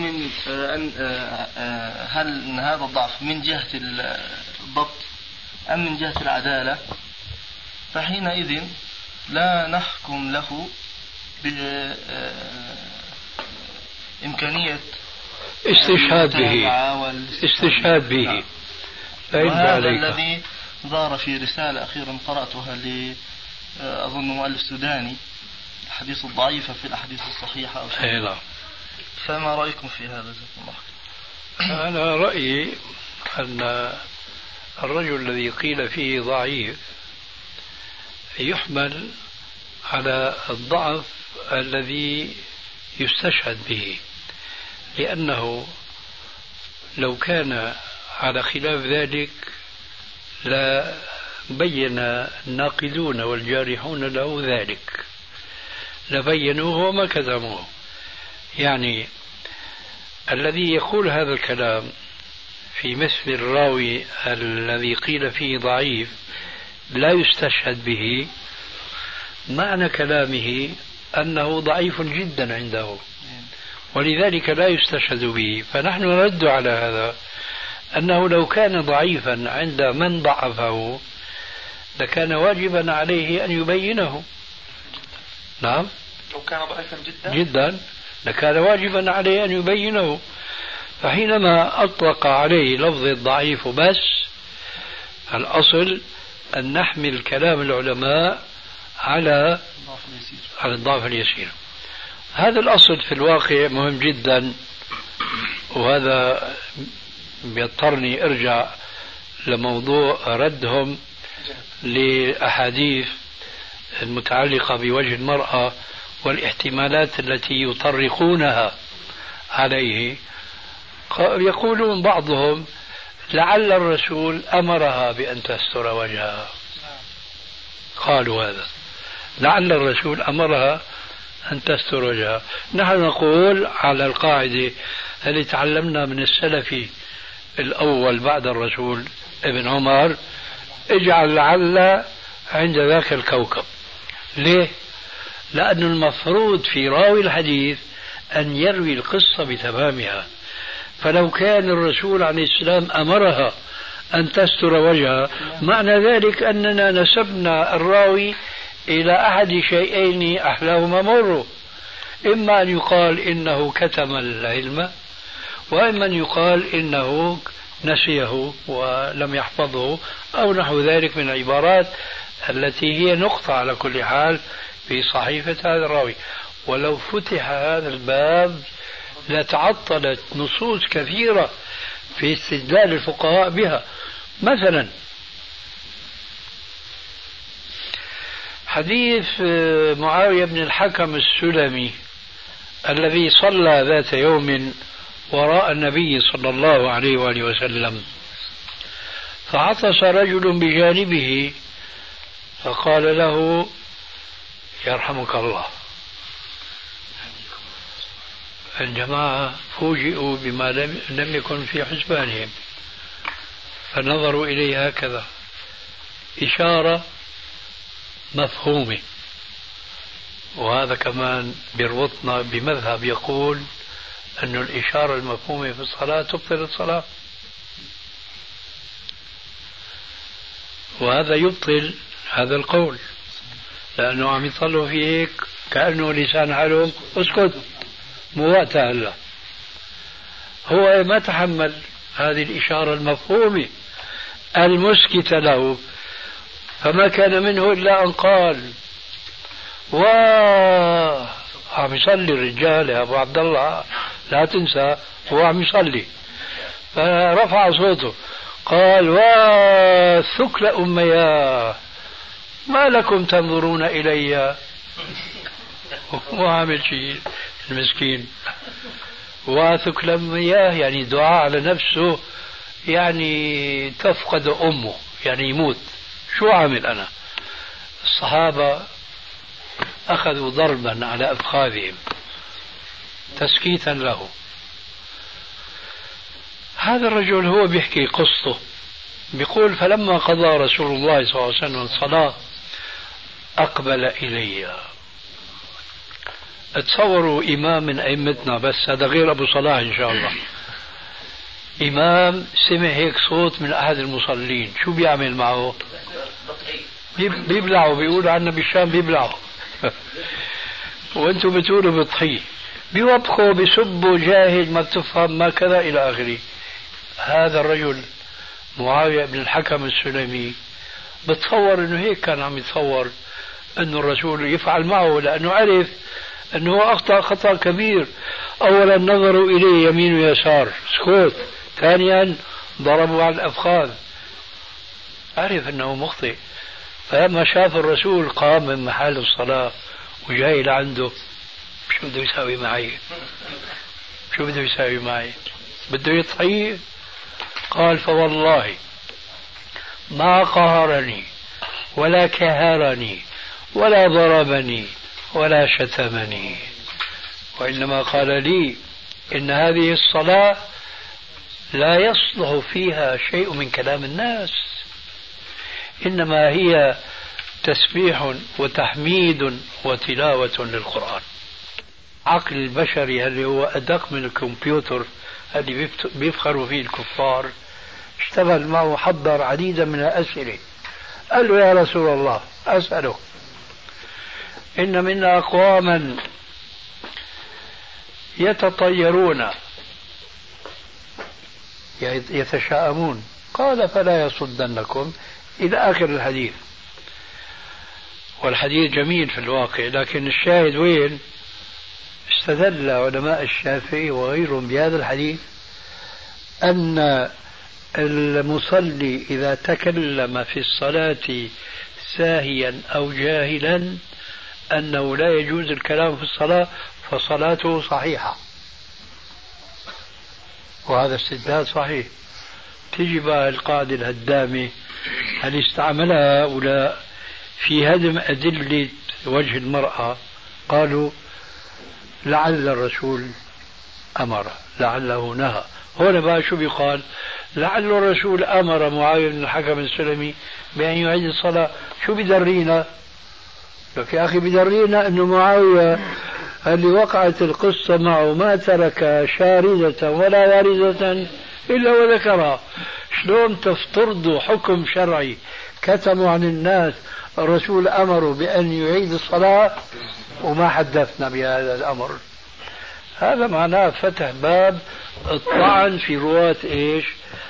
هذا الضعف من جهة الضبط أم من جهة العدالة، فحينئذ لا نحكم له بإمكانية استشهاد به. وهذا الذي ظهر في رسالة أخيرا قرأتها أظن مؤلف سوداني، الحديث الضعيفة في الأحاديث الصحيحة أو شيء. فما رأيكم في هذا جزاكم الله خير؟ أنا رأيي أن الرجل الذي قيل فيه ضعيف يحمل على الضعف الذي يستشهد به، لأنه لو كان على خلاف ذلك لا بين الناقدون والجارحون له ذلك، لبينوه وما كتموه. يعني الذي يقول هذا الكلام في مثل الراوي الذي قيل فيه ضعيف لا يستشهد به، معنى كلامه أنه ضعيف جدا عنده، ولذلك لا يستشهد به. فنحن نرد على هذا أنه لو كان ضعيفا عند من ضعفه لكان واجبا عليه أن يبينه. نعم، لو كان ضعيفا جدا لكان واجبا عليه أن يبينه. فحينما أطلق عليه لفظ الضعيف بس، الأصل أن نحمل كلام العلماء على الضعف اليسير. هذا الأصل في الواقع مهم جدا، وهذا بيضطرني أرجع لموضوع ردهم لأحاديث المتعلقة بوجه المرأة والاحتمالات التي يطرقونها عليه. يقولون بعضهم لعل الرسول أمرها بأن تستر وجهها، قالوا هذا، لعل الرسول أمرها أن تستر وجهها. نحن نقول على القاعدة التي تعلمنا من السلف الأول بعد الرسول ابن عمر، اجعل لعل عند ذاك الكوكب. ليه؟ لأن المفروض في راوي الحديث أن يروي القصة بتمامها، فلو كان الرسول عليه السلام أمرها أن تستر وجهها معنى ذلك أننا نسبنا الراوي إلى أحد شيئين أحلاهما مر، إما أن يقال إنه كتم العلم، وإما أن يقال إنه نسيه ولم يحفظه، أو نحو ذلك من العبارات التي هي نقطة على كل حال في صحيفة هذا الراوي. ولو فتح هذا الباب لتعطلت نصوص كثيرة في استدلال الفقهاء بها. مثلا حديث معاوية بن الحكم السلمي الذي صلى ذات يوم وراء النبي صلى الله عليه وآله وسلم، فعطس رجل بجانبه فقال له يرحمك الله. الجماعة فوجئوا بما لم يكن في حسبانهم، فنظروا إليه هكذا، إشارة مفهومة. وهذا كمان بيربطنا بمذهب يقول أن الإشارة المفهومة في الصلاة تبطل الصلاة، وهذا يبطل هذا القول، لأنه عم يطلعوا في هيك كأنه لسان حالهم اسكت مو وقتها. هلا هو ما تحمل هذه الإشارة المفهومة المسكتة له، فما كان منه إلا أن قال عم يصلي الرجال يا أبو عبد الله، لا تنسى هو عم يصلي، فرفع صوته قال ثكل أمياه ما لكم تنظرون إلي. مو عامل شيء المسكين. وثكل أمياه يعني دعاء على نفسه، يعني تفقد أمه، يعني يموت. شو عامل أنا؟ الصحابة أخذوا ضربا على أفخاذهم تسكيتا له. هذا الرجل هو بيحكي قصته، بيقول فلما قضى رسول الله صلى الله عليه وسلم الصلاة أقبل إلي. تصوروا إمام من أئمتنا، بس هذا غير أبو صلاح إن شاء الله، إمام سمع هيك صوت من أحد المصلين، شو بيعمل معه؟ بيبلعوا، بيقولوا عنا بالشام بيبلعوا وانتم بتقولوا بطحيه، بيوبخوا بيسبوا جاهل ما بتفهم ما كذا إلى آخره. هذا الرجل معاوية بن الحكم السلمي بتصور انه هيك كان عم يتصور انه الرسول يفعل معه، لانه عرف انه اخطأ خطأ كبير. اولا نظروا اليه يمين ويسار سكوت، ثانيا ضربوا على الافخاذ، عرف انه مخطئ. فلما شاف الرسول قام من محل الصلاة وجاي لعنده، شو بده يساوي معي؟ شو بده يساوي معي؟ بده يطحيه؟ قال فوالله ما قهرني ولا كهرني ولا ضربني ولا شتمني، وإنما قال لي إن هذه الصلاة لا يصلح فيها شيء من كلام الناس، إنما هي تسبيح وتحميد وتلاوة للقرآن. عقل البشري اللي هو أدق من الكمبيوتر اللي بيفخروا فيه الكفار اشتغل معه، حضر عديدا من الأسئلة. قال له يا رسول الله أسأله، إن منا أقواما يتطيرون يتشاءمون، قال فلا يصدنكم إلى آخر الحديث. والحديث جميل في الواقع، لكن الشاهد وين؟ استدل علماء الشافعي وغيرهم بهذا الحديث أن المصلي إذا تكلم في الصلاة ساهيا أو جاهلا أنه لا يجوز الكلام في الصلاة، فصلاته صحيحة. وهذا استدلال صحيح. تجي بقى القاعدة الهدامة هل استعملها هؤلاء في هدم أدلة وجه المرأة؟ قالوا لعل الرسول أمر، لعله نهى. هنا بقى شو بيقال؟ لعل الرسول أمر معاوية بن الحكم السلمي بأن يعيد الصلاة. شو بدرينا؟ لك يا أخي بدرينا أنه معاوية اللي وقعت القصة معه ما ترك شاردة ولا واردة إلا وذكرها. شلون تفترضوا حكم شرعي كتموا عن الناس الرسول أمره بأن يعيد الصلاة وما حدثنا بهذا الأمر؟ هذا معناه فتح باب الطعن في رواة إيش؟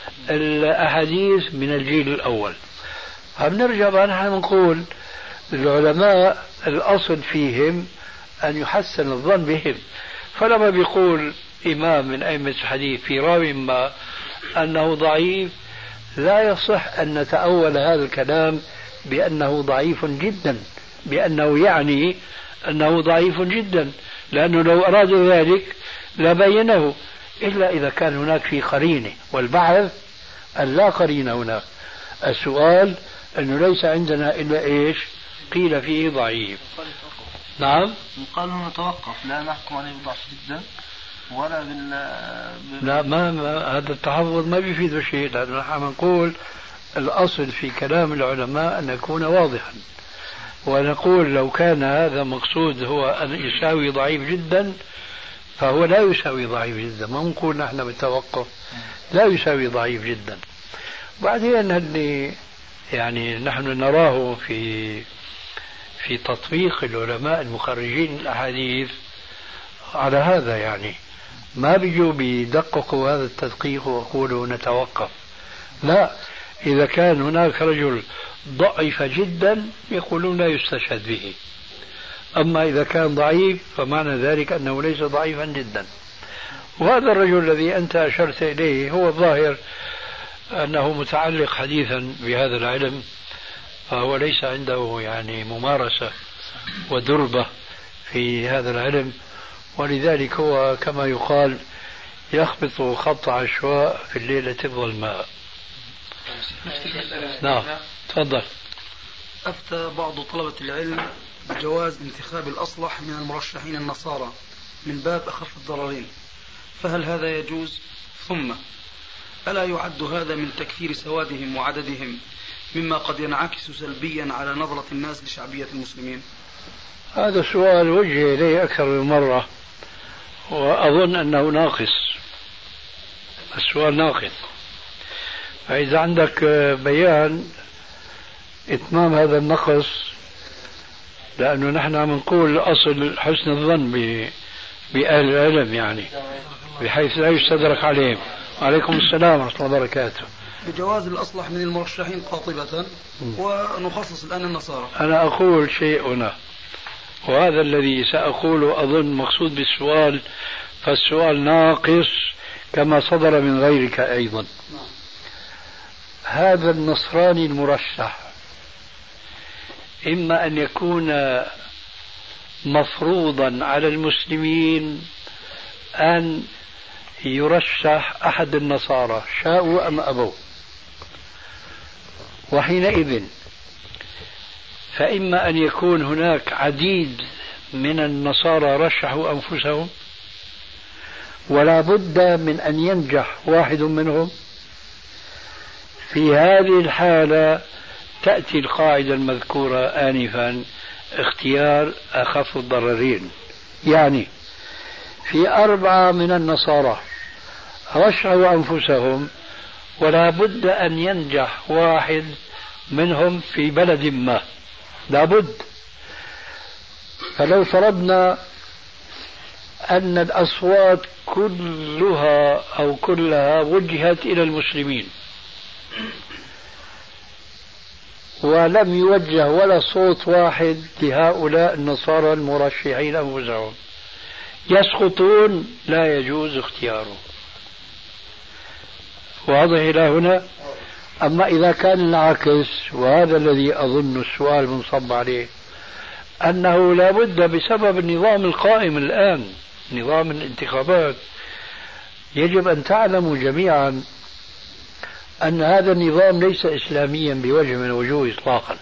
الأحاديث من الجيل الأول. فبنرجع بقى نحن نقول العلماء الأصل فيهم أن يحسن الظن بهم. فلما بيقول إمام من أئمة الحديث في راوي ما أنه ضعيف، لا يصح أن نتأول هذا الكلام بأنه ضعيف جدا، بأنه يعني أنه ضعيف جدا، لأنه لو أراد ذلك لبينه، إلا إذا كان هناك في قرينة. والبحث أن لا قرينة هناك. السؤال أنه ليس عندنا إلا إيش؟ قيل فيه ضعيف. نعم، قال نتوقف، لا نحكم عليه بضعف جدا ولا لا ما هذا التحفظ ما بيفيد شيء، لأنه نحن نقول الأصل في كلام العلماء أن يكون واضحا، ونقول لو كان هذا مقصود هو أن يساوي ضعيف جدا فهو لا يساوي ضعيف جدا. ما نقول نحن بالتوقف لا يساوي ضعيف جدا. بعدين اللي يعني نحن نراه في تطبيق العلماء المخرجين الأحاديث على هذا، يعني ما بيجوا بيدققوا هذا التدقيق ويقولوا نتوقف. لا، إذا كان هناك رجل ضعيف جدا يقولون لا يستشهد به، أما إذا كان ضعيف فمعنى ذلك أنه ليس ضعيفا جدا. وهذا الرجل الذي أنت أشرت إليه هو الظاهر أنه متعلق حديثا بهذا العلم، فهو ليس عنده يعني ممارسة ودربة في هذا العلم، ولذلك هو كما يقال يخبط خط عشواء في الليلة الظلماء. نعم تفضل. أفتى بعض طلبة العلم بجواز انتخاب الأصلح من المرشحين النصارى من باب أخف الضررين، فهل هذا يجوز؟ ثم ألا يعد هذا من تكثير سوادهم وعددهم مما قد ينعكس سلبيا على نظرة الناس لشعبية المسلمين؟ هذا سؤال وجه إليه أكثر من مرة وأظن أنه ناقص. السؤال ناقص. فإذا عندك بيان إتمام هذا النقص، لأنه نحن عم نقول أصل حسن الظن بأهل العلم يعني بحيث لا يستدرك عليهم. وعليكم السلام ورحمة الله وبركاته. بجواز الأصلح من المرشحين قاطبة، ونخصص الآن النصارى. أنا أقول شيء هنا، وهذا الذي سأقوله أظن مقصود بالسؤال، فالسؤال ناقص كما صدر من غيرك أيضا. هذا النصراني المرشح إما أن يكون مفروضا على المسلمين أن يرشح أحد النصارى شاءوا أم أبوا، وحينئذ فإما أن يكون هناك عديد من النصارى رشحوا أنفسهم ولا بد من أن ينجح واحد منهم. في هذه الحالة تأتي القاعدة المذكورة آنفا، اختيار أخف الضررين. يعني في 4 من النصارى رشحوا أنفسهم ولا بد أن ينجح واحد منهم في بلد ما، لا بد. فلو فرضنا أن الأصوات كلها أو كلها وجهت إلى المسلمين ولم يوجه ولا صوت واحد لهؤلاء النصارى المرشحين أنفسهم، يسقطون، لا يجوز اختياره. واضح إلى هنا؟ أما إذا كان العكس، وهذا الذي أظن السؤال منصب عليه، أنه لا بد بسبب النظام القائم الآن، نظام الانتخابات، يجب أن تعلموا جميعا أن هذا النظام ليس إسلاميا بوجه من الوجوه إطلاقا.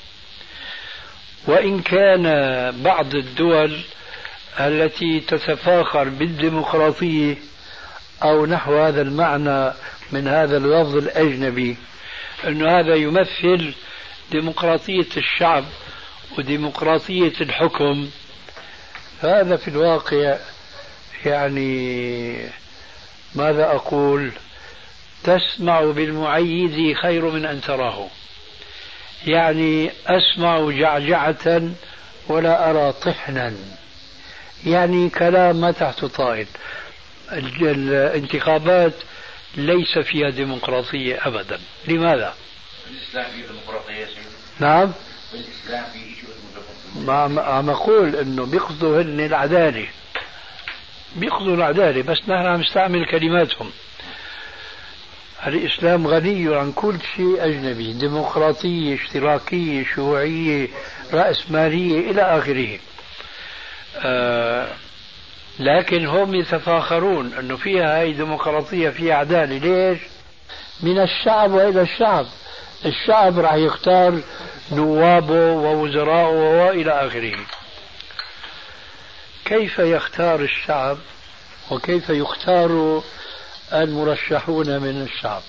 وإن كان بعض الدول التي تتفاخر بالديمقراطية أو نحو هذا المعنى من هذا اللفظ الأجنبي، أن هذا يمثل ديمقراطية الشعب وديمقراطية الحكم، هذا في الواقع يعني ماذا أقول، تسمع بالمعيد خير من أن تراه. يعني أسمع جعجعة ولا أرى طحنا، يعني كلام ما تحت طائل. الانتخابات ليس فيها ديمقراطية أبدا. لماذا؟ الإسلام فيه ديمقراطية. نعم، الإسلام فيه شيء عم أقول إنه بيقصدوا هن العدالة، بيقصدوا العدالة، بس نحن عم نستعمل كلماتهم. الإسلام غني عن كل شيء أجنبي، ديمقراطية، اشتراكية، شيوعية، رأسمالية إلى آخره. لكن هم يتفاخرون أنه فيها هاي ديمقراطية، فيها عدالة. ليش؟ من الشعب وإلى الشعب. الشعب راح يختار نوابه ووزراءه وإلى آخره. كيف يختار الشعب وكيف يختار المرشحون من الشعب؟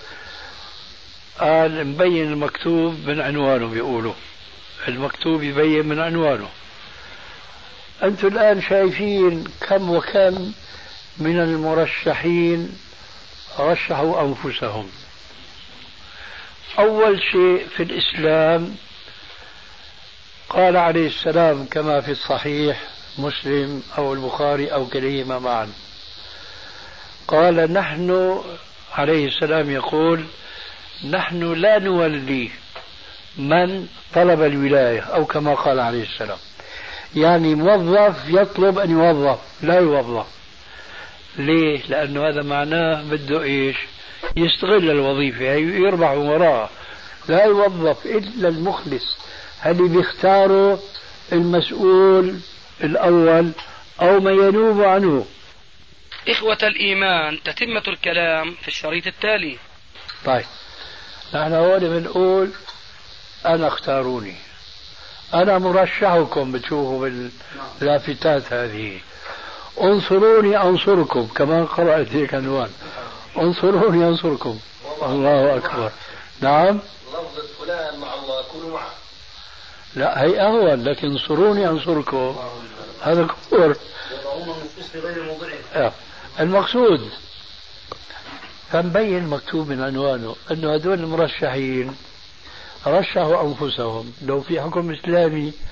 قال مبين المكتوب من عنوانه، بيقولوا المكتوب يبين من عنوانه. أنتم الآن شايفين كم وكم من المرشحين رشحوا أنفسهم. أول شيء في الإسلام قال عليه السلام كما في الصحيح مسلم أو البخاري أو كليهما معا، قال نحن عليه السلام يقول نحن لا نولي من طلب الولاية، أو كما قال عليه السلام، يعني موظف يطلب أن يوظف لا يوظف. ليه؟ لأنه هذا معناه بده إيش؟ يستغل الوظيفة يربح وراء، لا يوظف إلا المخلص اللي بيختاره المسؤول الأول أو ما ينوب عنه. إخوة الإيمان، تتمة الكلام في الشريط التالي. طيب، نحن هون بنقول أنا اختاروني، أنا مرشحكم، بتشوفوا باللافتات هذه، انصروني أنصركم، كمان قرأت هيك عنوان، انصروني أنصركم. الله أكبر، نعم. لفظة فلان مع الله كونوا معه. لا هي أهون، لكن انصروني أنصركم هذا كفر. المقصود فمبين مكتوب من عنوانه أنه هذول المرشحين رشحوا أنفسهم. لو في حكم إسلامي